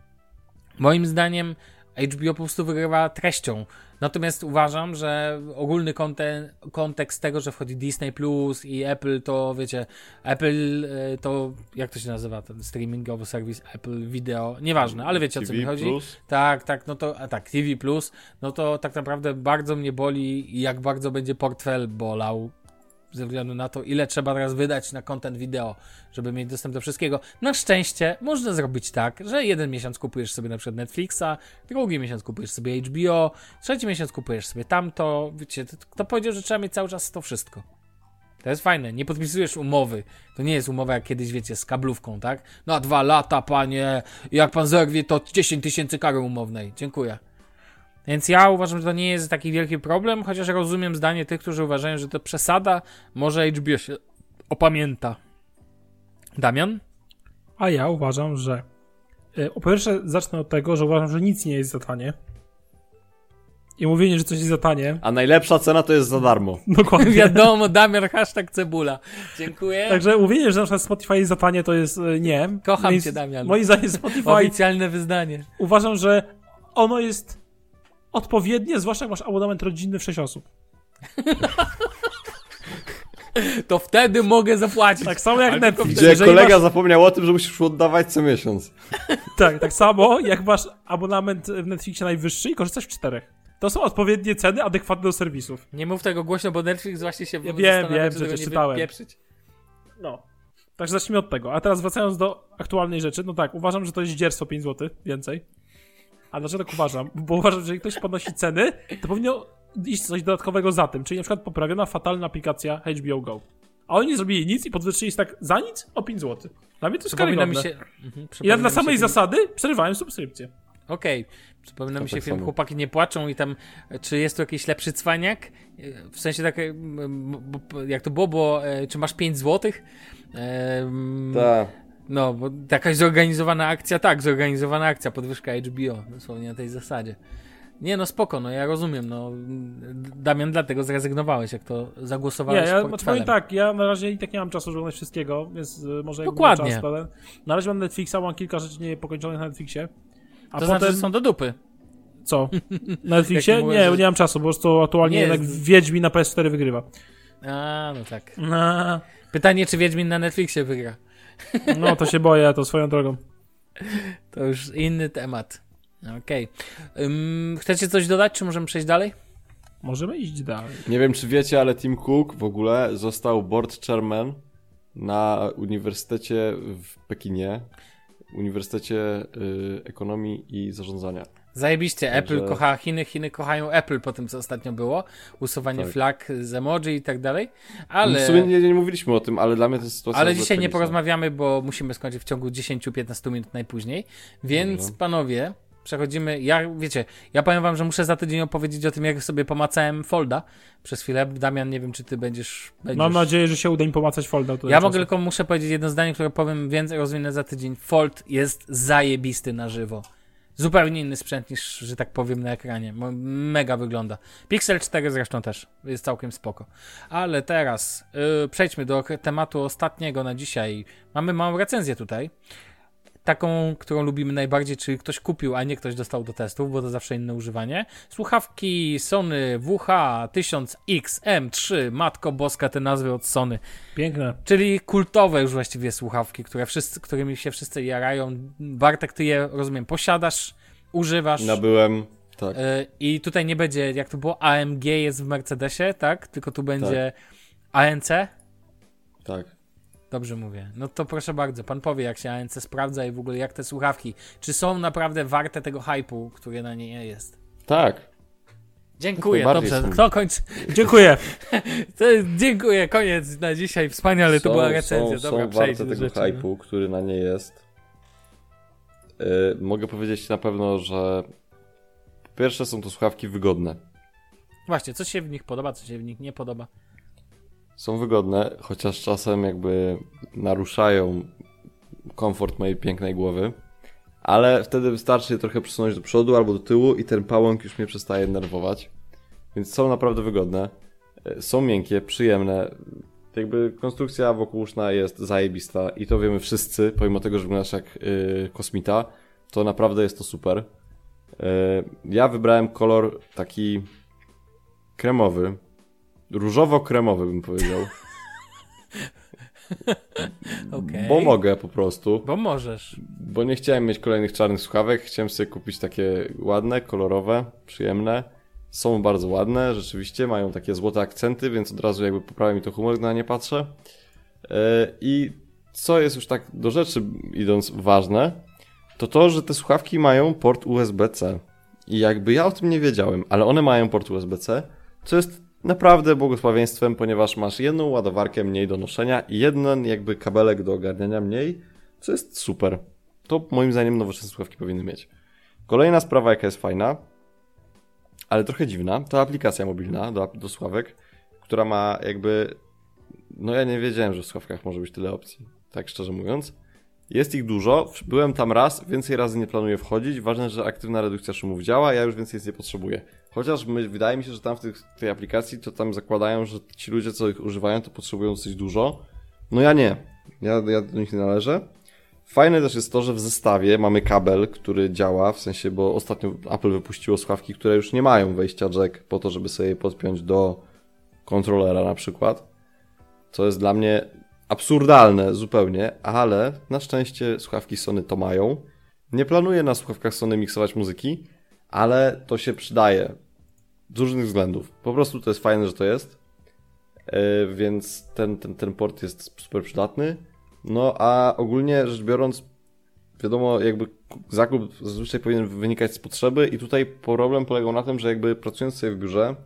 Moim zdaniem H B O po prostu wygrywa treścią. Natomiast uważam, że ogólny konten- kontekst tego, że wchodzi Disney Plus i Apple, to wiecie, Apple to, jak to się nazywa, ten streamingowy serwis Apple Video, nieważne, ale wiecie, o co mi chodzi. Plus? Tak, tak, no to, a tak, T V Plus, no to tak naprawdę bardzo mnie boli i jak bardzo będzie portfel bolał ze względu na to, ile trzeba teraz wydać na content wideo, żeby mieć dostęp do wszystkiego. Na szczęście można zrobić tak, że jeden miesiąc kupujesz sobie na przykład Netflixa, drugi miesiąc kupujesz sobie H B O, trzeci miesiąc kupujesz sobie tamto. Wiecie, kto powiedział, że trzeba mieć cały czas to wszystko? To jest fajne, nie podpisujesz umowy. To nie jest umowa jak kiedyś, wiecie, z kablówką, tak? Na dwa lata, panie, jak pan zerwie, to dziesięć tysięcy kary umownej. Dziękuję. Więc ja uważam, że to nie jest taki wielki problem, chociaż rozumiem zdanie tych, którzy uważają, że to przesada, może H B O się opamięta. Damian? A ja uważam, że po pierwsze zacznę od tego, że uważam, że nic nie jest za tanie. I mówienie, że coś jest za tanie. A najlepsza cena to jest za darmo. Dokładnie. Wiadomo, Damian, hashtag cebula. Dziękuję. Także mówienie, że na przykład Spotify jest za tanie, to jest nie. Kocham Moim, cię, Damian. Moim zdaniem Spotify... Oficjalne wyznanie. Uważam, że ono jest odpowiednie, zwłaszcza jak masz abonament rodzinny w sześć osób. To wtedy mogę zapłacić. Tak samo jak Ale Netflix. Gdzie Jeżeli kolega masz... zapomniał o tym, że musisz oddawać co miesiąc. Tak, tak samo jak masz abonament w Netflixie najwyższy i korzystasz w czterech. To są odpowiednie ceny adekwatne do serwisów. Nie mów tego głośno, bo Netflix właśnie się Ja wiem, wiem, czy przecież nie czytałem. wypieprzyć. No. Także zacznijmy od tego. A teraz wracając do aktualnej rzeczy, no tak, uważam, że to jest zdzierstwo pięć złotych więcej. A dlaczego tak uważam? Bo uważam, że jeżeli ktoś podnosi ceny, to powinno iść coś dodatkowego za tym, czyli na przykład poprawiona fatalna aplikacja H B O Go. A oni nie zrobili nic i podwyższyli się tak za nic o pięć złotych. Dla mnie to jest Przypomina mi karygodne. się... Mhm, I ja dla mi samej się film... zasady przerywałem subskrypcję. Okej, okay. Przypomina To mi się tak film samo. Chłopaki nie płaczą i tam, czy jest tu jakiś lepszy cwaniak? W sensie tak, jak to było, bo czy masz pięć złotych? Ehm, Tak. No, bo jakaś zorganizowana akcja, tak, zorganizowana akcja, podwyżka H B O, dosłownie na tej zasadzie. Nie, no spoko, no ja rozumiem, no Damian, dlatego zrezygnowałeś, jak to zagłosowałeś Nie, ja portfelem. powiem tak, ja na razie i tak nie mam czasu oglądać wszystkiego, więc y, może jak Dokładnie. będę czas, ale na razie mam Netflixa, mam kilka rzeczy niepokończonych na Netflixie. A To potem... znaczy, że są do dupy. Co? Na Netflixie? Jak mówię, Nie, że- nie mam czasu, bo po prostu aktualnie Nie jednak jest- Wiedźmin na P S cztery wygrywa. A, no tak. No, Pytanie, czy Wiedźmin na Netflixie wygra? no to się boję, to swoją drogą. To już inny temat. Okej. Ym, chcecie coś dodać, czy możemy przejść dalej? Możemy iść dalej. Nie wiem, czy wiecie, ale Tim Cook w ogóle został board chairman na Uniwersytecie w Pekinie. Uniwersytecie y, Ekonomii i Zarządzania. Zajebiście, Także- Apple kocha Chiny, Chiny kochają Apple po tym, co ostatnio było. Usuwanie Tak. flag z emoji i tak dalej. Ale, W sumie nie, nie mówiliśmy o tym, ale dla mnie to jest sytuacja... ale w ogóle dzisiaj nie tragiczna. porozmawiamy, bo musimy skończyć w ciągu dziesięć do piętnastu minut najpóźniej. Więc Dobra. panowie, przechodzimy, ja, wiecie, ja powiem wam, że muszę za tydzień opowiedzieć o tym, jak sobie pomacałem Folda przez chwilę. Damian, nie wiem, czy ty będziesz... będziesz... Mam nadzieję, że się uda im pomacać Folda. Ja mogę tylko, muszę powiedzieć jedno zdanie, które powiem więcej, rozwinę za tydzień. Fold jest zajebisty na żywo. Zupełnie inny sprzęt niż, że tak powiem, na ekranie. Mega wygląda. Pixel cztery zresztą też jest całkiem spoko. Ale teraz yy, przejdźmy do tematu ostatniego na dzisiaj. Mamy małą recenzję tutaj. Taką, którą lubimy najbardziej, czyli ktoś kupił, a nie ktoś dostał do testów, bo to zawsze inne używanie. Słuchawki Sony W H tysiąc X M trzy. Matko boska, te nazwy od Sony. Piękne. Czyli kultowe już właściwie słuchawki, które wszyscy, którymi się wszyscy jarają. Bartek, ty je, rozumiem, posiadasz, używasz. Nabyłem, tak. Yy, I tutaj nie będzie, jak to było, A M G jest w Mercedesie, tak? Tylko tu będzie tak. A N C? Tak. Dobrze mówię. No to proszę bardzo, pan powie, jak się A N C sprawdza i w ogóle jak te słuchawki, czy są naprawdę warte tego hype'u, który na nie jest. Tak. Dziękuję, dobrze. Są. Kto kończy? Dziękuję. to, dziękuję, koniec na dzisiaj. Wspaniale, to była recenzja. Są, Dobra, są warte tego rzeczy, hype'u, no. który na nie jest. Yy, mogę powiedzieć na pewno, że po pierwsze są to słuchawki wygodne. Właśnie, co się w nich podoba, co się w nich nie podoba? Są wygodne, chociaż czasem jakby naruszają komfort mojej pięknej głowy, ale wtedy wystarczy je trochę przesunąć do przodu albo do tyłu i ten pałąk już mnie przestaje nerwować. Więc są naprawdę wygodne, są miękkie, przyjemne. Jakby konstrukcja wokółuszna jest zajebista i to wiemy wszyscy, pomimo tego, że wyglądasz jak yy, kosmita, to naprawdę jest to super. Yy, ja wybrałem kolor taki kremowy, różowo-kremowy bym powiedział. Okay. Bo mogę po prostu. Bo możesz. Bo nie chciałem mieć kolejnych czarnych słuchawek, chciałem sobie kupić takie ładne, kolorowe, przyjemne. Są bardzo ładne, rzeczywiście, mają takie złote akcenty, więc od razu jakby poprawia mi to humor, gdy na nie patrzę. Yy, I co jest już tak do rzeczy idąc ważne, to to, że te słuchawki mają port U S B C. I jakby ja o tym nie wiedziałem, ale one mają port U S B C, co jest naprawdę błogosławieństwem, ponieważ masz jedną ładowarkę mniej do noszenia i jeden jakby kabelek do ogarniania mniej, co jest super. To moim zdaniem nowoczesne słuchawki powinny mieć. Kolejna sprawa, jaka jest fajna, ale trochę dziwna, to aplikacja mobilna do, do słuchawek, która ma jakby... No ja nie wiedziałem, że w słuchawkach może być tyle opcji, tak szczerze mówiąc. Jest ich dużo, byłem tam raz, więcej razy nie planuję wchodzić. Ważne, że aktywna redukcja szumów działa, ja już więcej nic nie potrzebuję. Chociaż my, wydaje mi się, że tam w tych, tej aplikacji to tam zakładają, że ci ludzie, co ich używają, to potrzebują dosyć dużo. No ja nie. Ja, ja do nich nie należę. Fajne też jest to, że w zestawie mamy kabel, który działa, w sensie, bo ostatnio Apple wypuściło słuchawki, które już nie mają wejścia jack po to, żeby sobie je podpiąć do kontrolera na przykład. Co jest dla mnie absurdalne zupełnie, ale na szczęście słuchawki Sony to mają. Nie planuję na słuchawkach Sony miksować muzyki, ale to się przydaje z różnych względów. Po prostu to jest fajne, że to jest, yy, więc ten, ten, ten port jest super przydatny. No a ogólnie rzecz biorąc, wiadomo, jakby zakup zazwyczaj powinien wynikać z potrzeby i tutaj problem polegał na tym, że jakby pracując sobie w biurze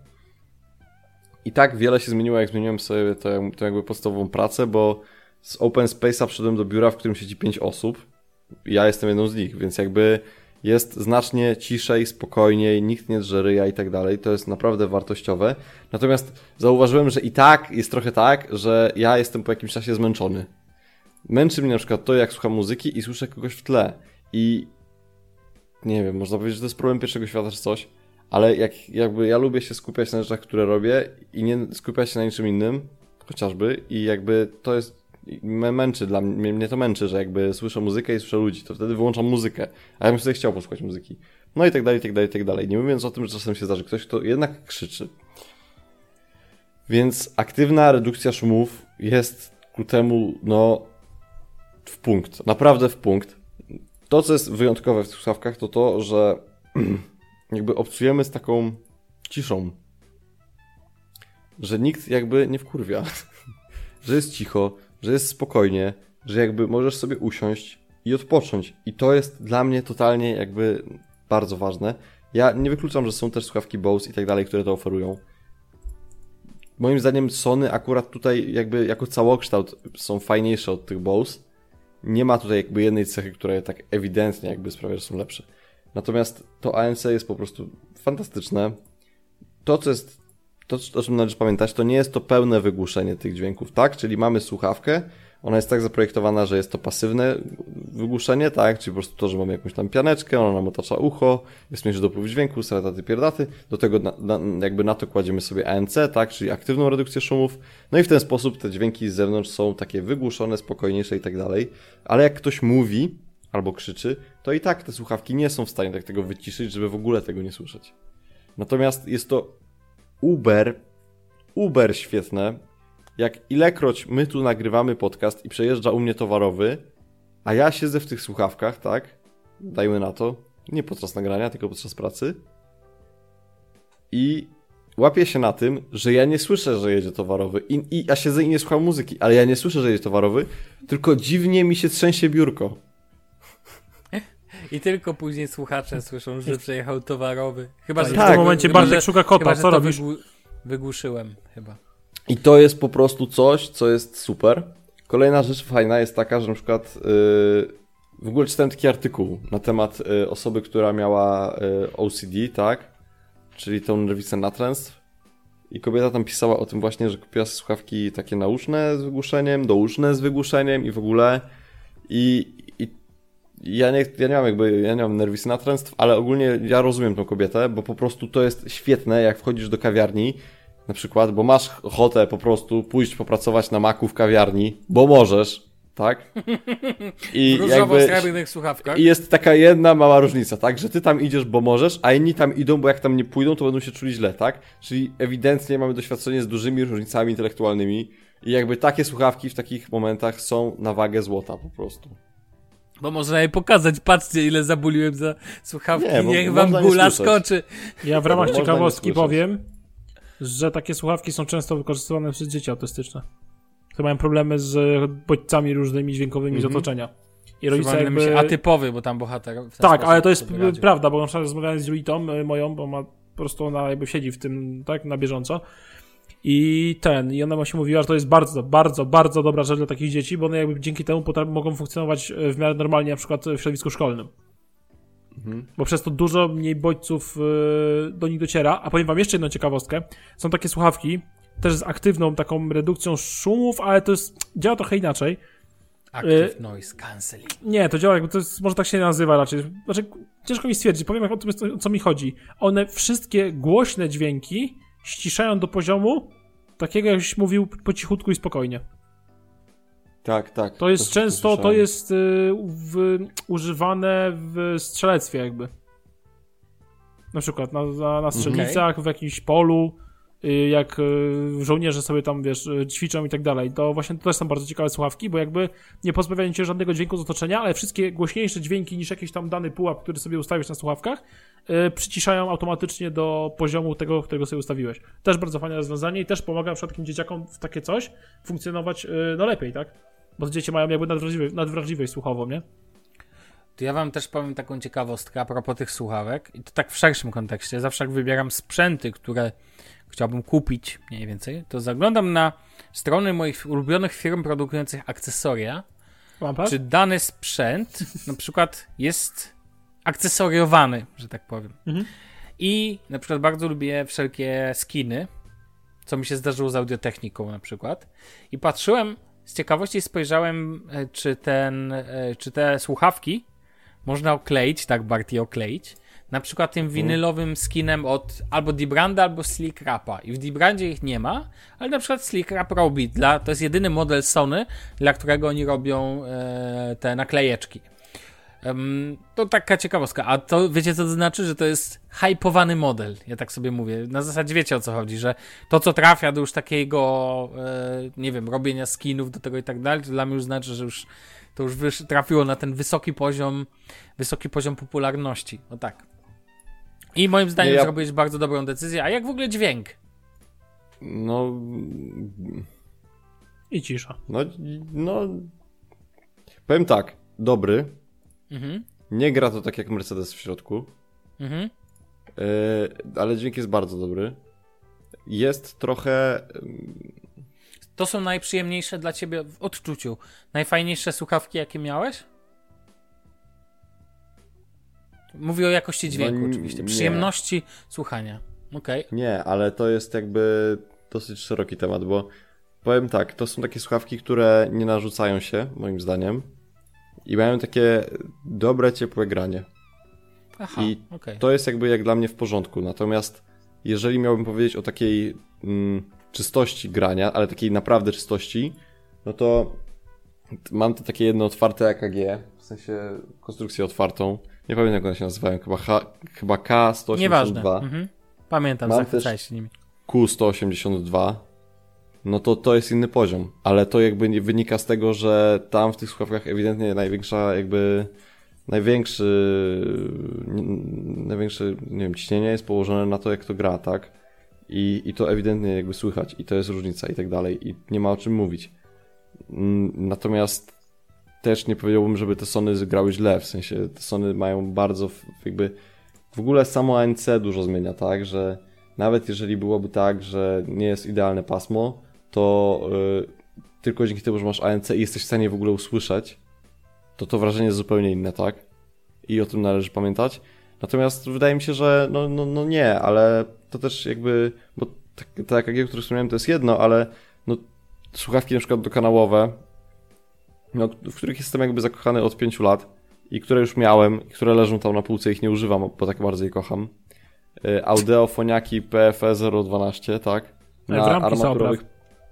i tak wiele się zmieniło, jak zmieniłem sobie tę, tę jakby podstawową pracę, bo z open space'a przyszedłem do biura, w którym siedzi pięć osób. Ja jestem jedną z nich, więc jakby jest znacznie ciszej, spokojniej, nikt nie drze ryja i tak dalej. To jest naprawdę wartościowe. Natomiast zauważyłem, że i tak jest trochę tak, że ja jestem po jakimś czasie zmęczony. Męczy mnie na przykład to, jak słucham muzyki i słyszę kogoś w tle. I nie wiem, można powiedzieć, że to jest problem pierwszego świata czy coś, ale jak, jakby ja lubię się skupiać na rzeczach, które robię i nie skupiać się na niczym innym, chociażby, i jakby to jest męczy dla mnie, mnie to męczy, że jakby słyszę muzykę i słyszę ludzi, to wtedy wyłączam muzykę, a ja bym sobie chciał posłuchać muzyki. No i tak dalej, i tak dalej, i tak dalej. Nie mówiąc o tym, że czasem się zdarzy ktoś, kto jednak krzyczy. Więc aktywna redukcja szumów jest ku temu, no, w punkt. Naprawdę w punkt. To, co jest wyjątkowe w tych słuchawkach, to to, że jakby obcujemy z taką ciszą. Że nikt jakby nie wkurwia. Że jest cicho, że jest spokojnie, że jakby możesz sobie usiąść i odpocząć. I to jest dla mnie totalnie jakby bardzo ważne. Ja nie wykluczam, że są też słuchawki Bose i tak dalej, które to oferują. Moim zdaniem Sony akurat tutaj jakby jako całokształt są fajniejsze od tych Bose. Nie ma tutaj jakby jednej cechy, która tak ewidentnie jakby sprawia, że są lepsze. Natomiast to A N C jest po prostu fantastyczne. To, co jest, to, o czym należy pamiętać, to nie jest to pełne wygłuszenie tych dźwięków, tak? Czyli mamy słuchawkę, ona jest tak zaprojektowana, że jest to pasywne wygłuszenie, tak? Czyli po prostu to, że mamy jakąś tam pianeczkę, ona nam otacza ucho, jest mniejszy dopływ dźwięku, serataty, pierdaty. Do tego na, na, jakby na to kładziemy sobie A N C, tak? Czyli aktywną redukcję szumów. No i w ten sposób te dźwięki z zewnątrz są takie wygłuszone, spokojniejsze i tak dalej. Ale jak ktoś mówi albo krzyczy, to i tak te słuchawki nie są w stanie tak tego wyciszyć, żeby w ogóle tego nie słyszeć. Natomiast jest to uber, uber świetne, jak ilekroć my tu nagrywamy podcast i przejeżdża u mnie towarowy, a ja siedzę w tych słuchawkach, tak, dajmy na to, nie podczas nagrania, tylko podczas pracy i łapię się na tym, że ja nie słyszę, że jedzie towarowy i, i ja siedzę i nie słucham muzyki, ale ja nie słyszę, że jedzie towarowy, tylko dziwnie mi się trzęsie biurko. I tylko później słuchacze słyszą, że przejechał towarowy. Chyba, że tak, w tym momencie chyba, Bartek że, szuka kota, chyba, że co to robisz? Wygłu- wygłuszyłem chyba. I to jest po prostu coś, co jest super. Kolejna rzecz fajna jest taka, że na przykład yy, w ogóle czytałem taki artykuł na temat yy, osoby, która miała yy, O C D, tak? Czyli tą nerwicę natręstw. I kobieta tam pisała o tym właśnie, że kupiła słuchawki takie nauszne z wygłuszeniem, douszne z wygłuszeniem i w ogóle. I, i ja, nie, ja nie mam jakby, ja nie mam nerwicy natręstw, ale ogólnie ja rozumiem tą kobietę, bo po prostu to jest świetne, jak wchodzisz do kawiarni, na przykład, bo masz ochotę po prostu pójść popracować na maku w kawiarni, bo możesz, tak? I w różowo-srebrnych słuchawkach. I jest taka jedna mała różnica, tak? Że ty tam idziesz, bo możesz, a inni tam idą, bo jak tam nie pójdą, to będą się czuli źle, tak? Czyli ewidentnie mamy doświadczenie z dużymi różnicami intelektualnymi i jakby takie słuchawki w takich momentach są na wagę złota po prostu. Bo można je pokazać, patrzcie ile zabuliłem za słuchawki, Nie, bo niech wam można nie gula słyszeć. skoczy. Ja w ramach Można nie ciekawostki słyszeć. powiem, że takie słuchawki są często wykorzystywane przez dzieci autystyczne, które mają problemy z bodźcami różnymi dźwiękowymi Mhm. z otoczenia. I rodzice Przypomina mi jakby... się atypowy, bo tam bohater w ten Tak, sposób ale to jest sobie radził. prawda, bo na przykład rozmawiałem z Julitą y, moją, bo ma po prostu ona jakby siedzi w tym, tak, na bieżąco. I ten, i ona właśnie mówiła, że to jest bardzo, bardzo, bardzo dobra rzecz dla takich dzieci, bo one jakby dzięki temu potra- mogą funkcjonować w miarę normalnie, na przykład w środowisku szkolnym. Mhm. Bo przez to dużo mniej bodźców y, do nich dociera. A powiem wam jeszcze jedną ciekawostkę. Są takie słuchawki, też z aktywną taką redukcją szumów, ale to jest, działa trochę inaczej. Active Noise Cancelling. Nie, to działa jakby, to jest, może tak się nie nazywa raczej. Znaczy, ciężko mi stwierdzić, powiem jak o tym, o co mi chodzi. One wszystkie głośne dźwięki ściszają do poziomu takiego, jakbyś mówił po cichutku i spokojnie. Tak, tak. To jest też często, to słyszałem. jest y, w, używane w strzelectwie jakby. Na przykład na, na, na strzelnicach, w jakimś polu, y, jak y, żołnierze sobie tam, wiesz, y, ćwiczą i tak dalej. To właśnie to też są bardzo ciekawe słuchawki, bo jakby nie pozbawiają cię żadnego dźwięku z otoczenia, ale wszystkie głośniejsze dźwięki niż jakiś tam dany pułap, który sobie ustawisz na słuchawkach, y, przyciszają automatycznie do poziomu tego, którego sobie ustawiłeś. Też bardzo fajne rozwiązanie i też pomaga na przykład takim dzieciakom w takie coś funkcjonować y, no lepiej, tak? Bo te dzieci mają jakby nadwrażliwość, nadwrażliwość słuchową, nie? To ja wam też powiem taką ciekawostkę a propos tych słuchawek i to tak w szerszym kontekście. Zawsze jak wybieram sprzęty, które chciałbym kupić mniej więcej, to zaglądam na strony moich ulubionych firm produkujących akcesoria, Lampa? czy dany sprzęt na przykład jest akcesoriowany, że tak powiem. Mhm. I na przykład bardzo lubię wszelkie skiny, co mi się zdarzyło z Audiotechniką na przykład. I patrzyłem, z ciekawości spojrzałem, e, czy ten, e, czy te słuchawki można okleić, tak Barty okleić, na przykład tym winylowym skinem od albo Debranda, albo Slick Rapa. I w Debrandzie ich nie ma, ale na przykład Slick Rap robi. Dla, to jest jedyny model Sony, dla którego oni robią e, te naklejeczki. Um, to taka ciekawostka. A to wiecie, co to znaczy? Że to jest hypowany model. Ja tak sobie mówię. Na zasadzie wiecie, o co chodzi, że to, co trafia do już takiego, e, nie wiem, robienia skinów do tego i tak dalej, to dla mnie już znaczy, że już to już wysz, trafiło na ten wysoki poziom, wysoki poziom popularności. No tak. I moim zdaniem Nie, ja- zrobiłeś bardzo dobrą decyzję. A jak w ogóle dźwięk? No... I cisza. No... No... Powiem tak. Dobry. Mhm. Nie gra to tak jak Mercedes w środku. Mhm. Yy, ale dźwięk jest bardzo dobry. Jest trochę... To są najprzyjemniejsze dla ciebie w odczuciu. Najfajniejsze słuchawki, jakie miałeś? Mówię o jakości dźwięku No, oczywiście, nie. przyjemności słuchania. Okej. Okay. Nie, ale to jest jakby dosyć szeroki temat, bo powiem tak, to są takie słuchawki, które nie narzucają się, moim zdaniem, i mają takie dobre, ciepłe granie. Aha, I okay. to jest jakby jak dla mnie w porządku. Natomiast jeżeli miałbym powiedzieć o takiej mm, czystości grania, ale takiej naprawdę czystości, no to mam to takie jedno otwarte E K G, w sensie konstrukcję otwartą. Nie pamiętam jak one się nazywają, chyba, H, chyba K sto osiemdziesiąt dwa. Nieważne. Mhm. Pamiętam, Mam zachwycałeś się nimi. Q sto osiemdziesiąt dwa. No to to jest inny poziom, ale to jakby nie wynika z tego, że tam w tych słuchawkach ewidentnie największa jakby największy największe, nie wiem, ciśnienie jest położone na to, jak to gra, tak? I, i to ewidentnie jakby słychać i to jest różnica i tak dalej i nie ma o czym mówić. Natomiast też nie powiedziałbym, żeby te Sony grały źle, w sensie te Sony mają bardzo jakby w ogóle samo A N C dużo zmienia, tak? Że nawet jeżeli byłoby tak, że nie jest idealne pasmo, to yy, tylko dzięki temu, że masz A N C i jesteś w stanie w ogóle usłyszeć, to to wrażenie jest zupełnie inne, tak? I o tym należy pamiętać. Natomiast wydaje mi się, że no, no, no nie, ale to też jakby, bo te E K G, o których wspomniałem, to jest jedno, ale no, słuchawki na przykład dokanałowe, no, w których jestem jakby zakochany od pięciu lat i które już miałem, i które leżą tam na półce, ich nie używam, bo tak bardzo je kocham. Audeo Foniaki P F E zero dwanaście, tak? Na armaturowych...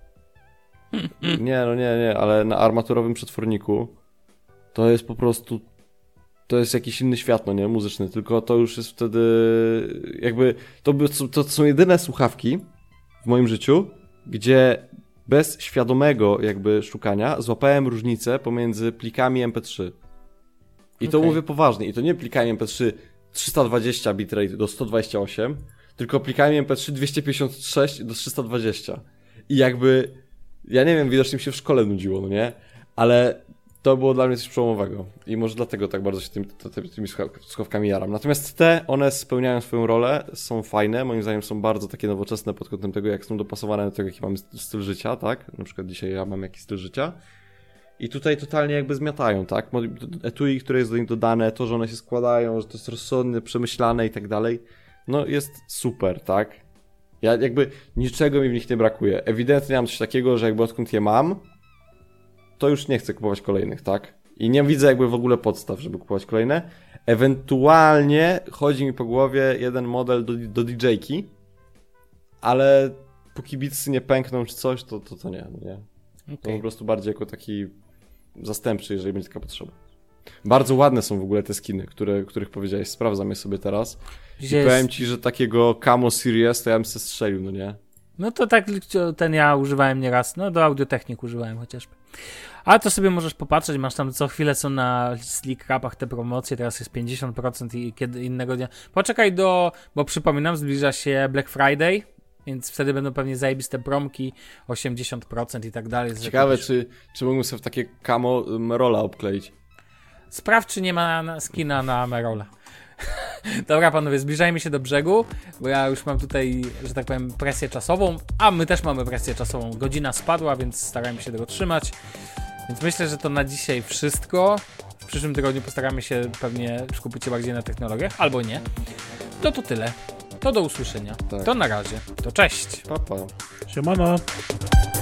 Nie, no nie, nie, ale na armaturowym przetworniku to jest po prostu... To jest jakiś inny świat, no nie? Muzyczny, tylko to już jest wtedy... Jakby... To, to są jedyne słuchawki w moim życiu, gdzie bez świadomego jakby szukania złapałem różnicę pomiędzy plikami M P trzy. I to okay. Mówię poważnie. I to nie plikami M P trzy trzysta dwadzieścia bitrate do sto dwadzieścia osiem, tylko plikami M P trzy dwieście pięćdziesiąt sześć do trzysta dwadzieścia. I jakby, ja nie wiem, widocznie mi się w szkole nudziło, no nie? Ale to było dla mnie coś przełomowego. I może dlatego tak bardzo się tymi, tymi słuchawkami jaram. Natomiast te, one spełniają swoją rolę, są fajne, moim zdaniem są bardzo takie nowoczesne pod kątem tego, jak są dopasowane do tego, jaki mamy styl życia, tak? Na przykład dzisiaj ja mam jakiś styl życia. I tutaj totalnie jakby zmiatają, tak? Etui, które jest do nich dodane, to, że one się składają, że to jest rozsądne, przemyślane i tak dalej, no jest super, tak? Ja jakby niczego mi w nich nie brakuje. Ewidentnie mam coś takiego, że jakby odkąd je mam, to już nie chcę kupować kolejnych, tak? I nie widzę jakby w ogóle podstaw, żeby kupować kolejne. Ewentualnie chodzi mi po głowie jeden model do, do D J-ki, ale póki bitsy nie pękną czy coś, to to, to nie, nie. Okay. To po prostu bardziej jako taki zastępczy, jeżeli będzie taka potrzeba. Bardzo ładne są w ogóle te skiny, które, których powiedziałeś. Sprawdzam je sobie teraz. Gdzie I jest... powiem ci, że takiego Camo Series to ja bym se strzelił, no nie? No to tak, ten ja używałem nieraz. No do Audiotechnik używałem chociażby. Ale to sobie możesz popatrzeć, masz tam co chwilę są na Slick Rapach te promocje, teraz jest pięćdziesiąt procent i kiedy innego dnia. Poczekaj do, bo przypominam, zbliża się Black Friday, więc wtedy będą pewnie zajebiste promki, osiemdziesiąt procent i tak dalej. Ciekawe, jakieś... czy, czy mógłbym sobie w takie camo Merola obkleić. Sprawdź, czy nie ma skina na Merola. Dobra, panowie, zbliżajmy się do brzegu, bo ja już mam tutaj, że tak powiem, presję czasową, a my też mamy presję czasową. Godzina spadła, więc starajmy się tego trzymać. Więc myślę, że to na dzisiaj wszystko. W przyszłym tygodniu postaramy się pewnie skupić się bardziej na technologiach, albo nie. No to tyle. To do usłyszenia. Tak. To na razie. To cześć. Pa, pa. Siemano.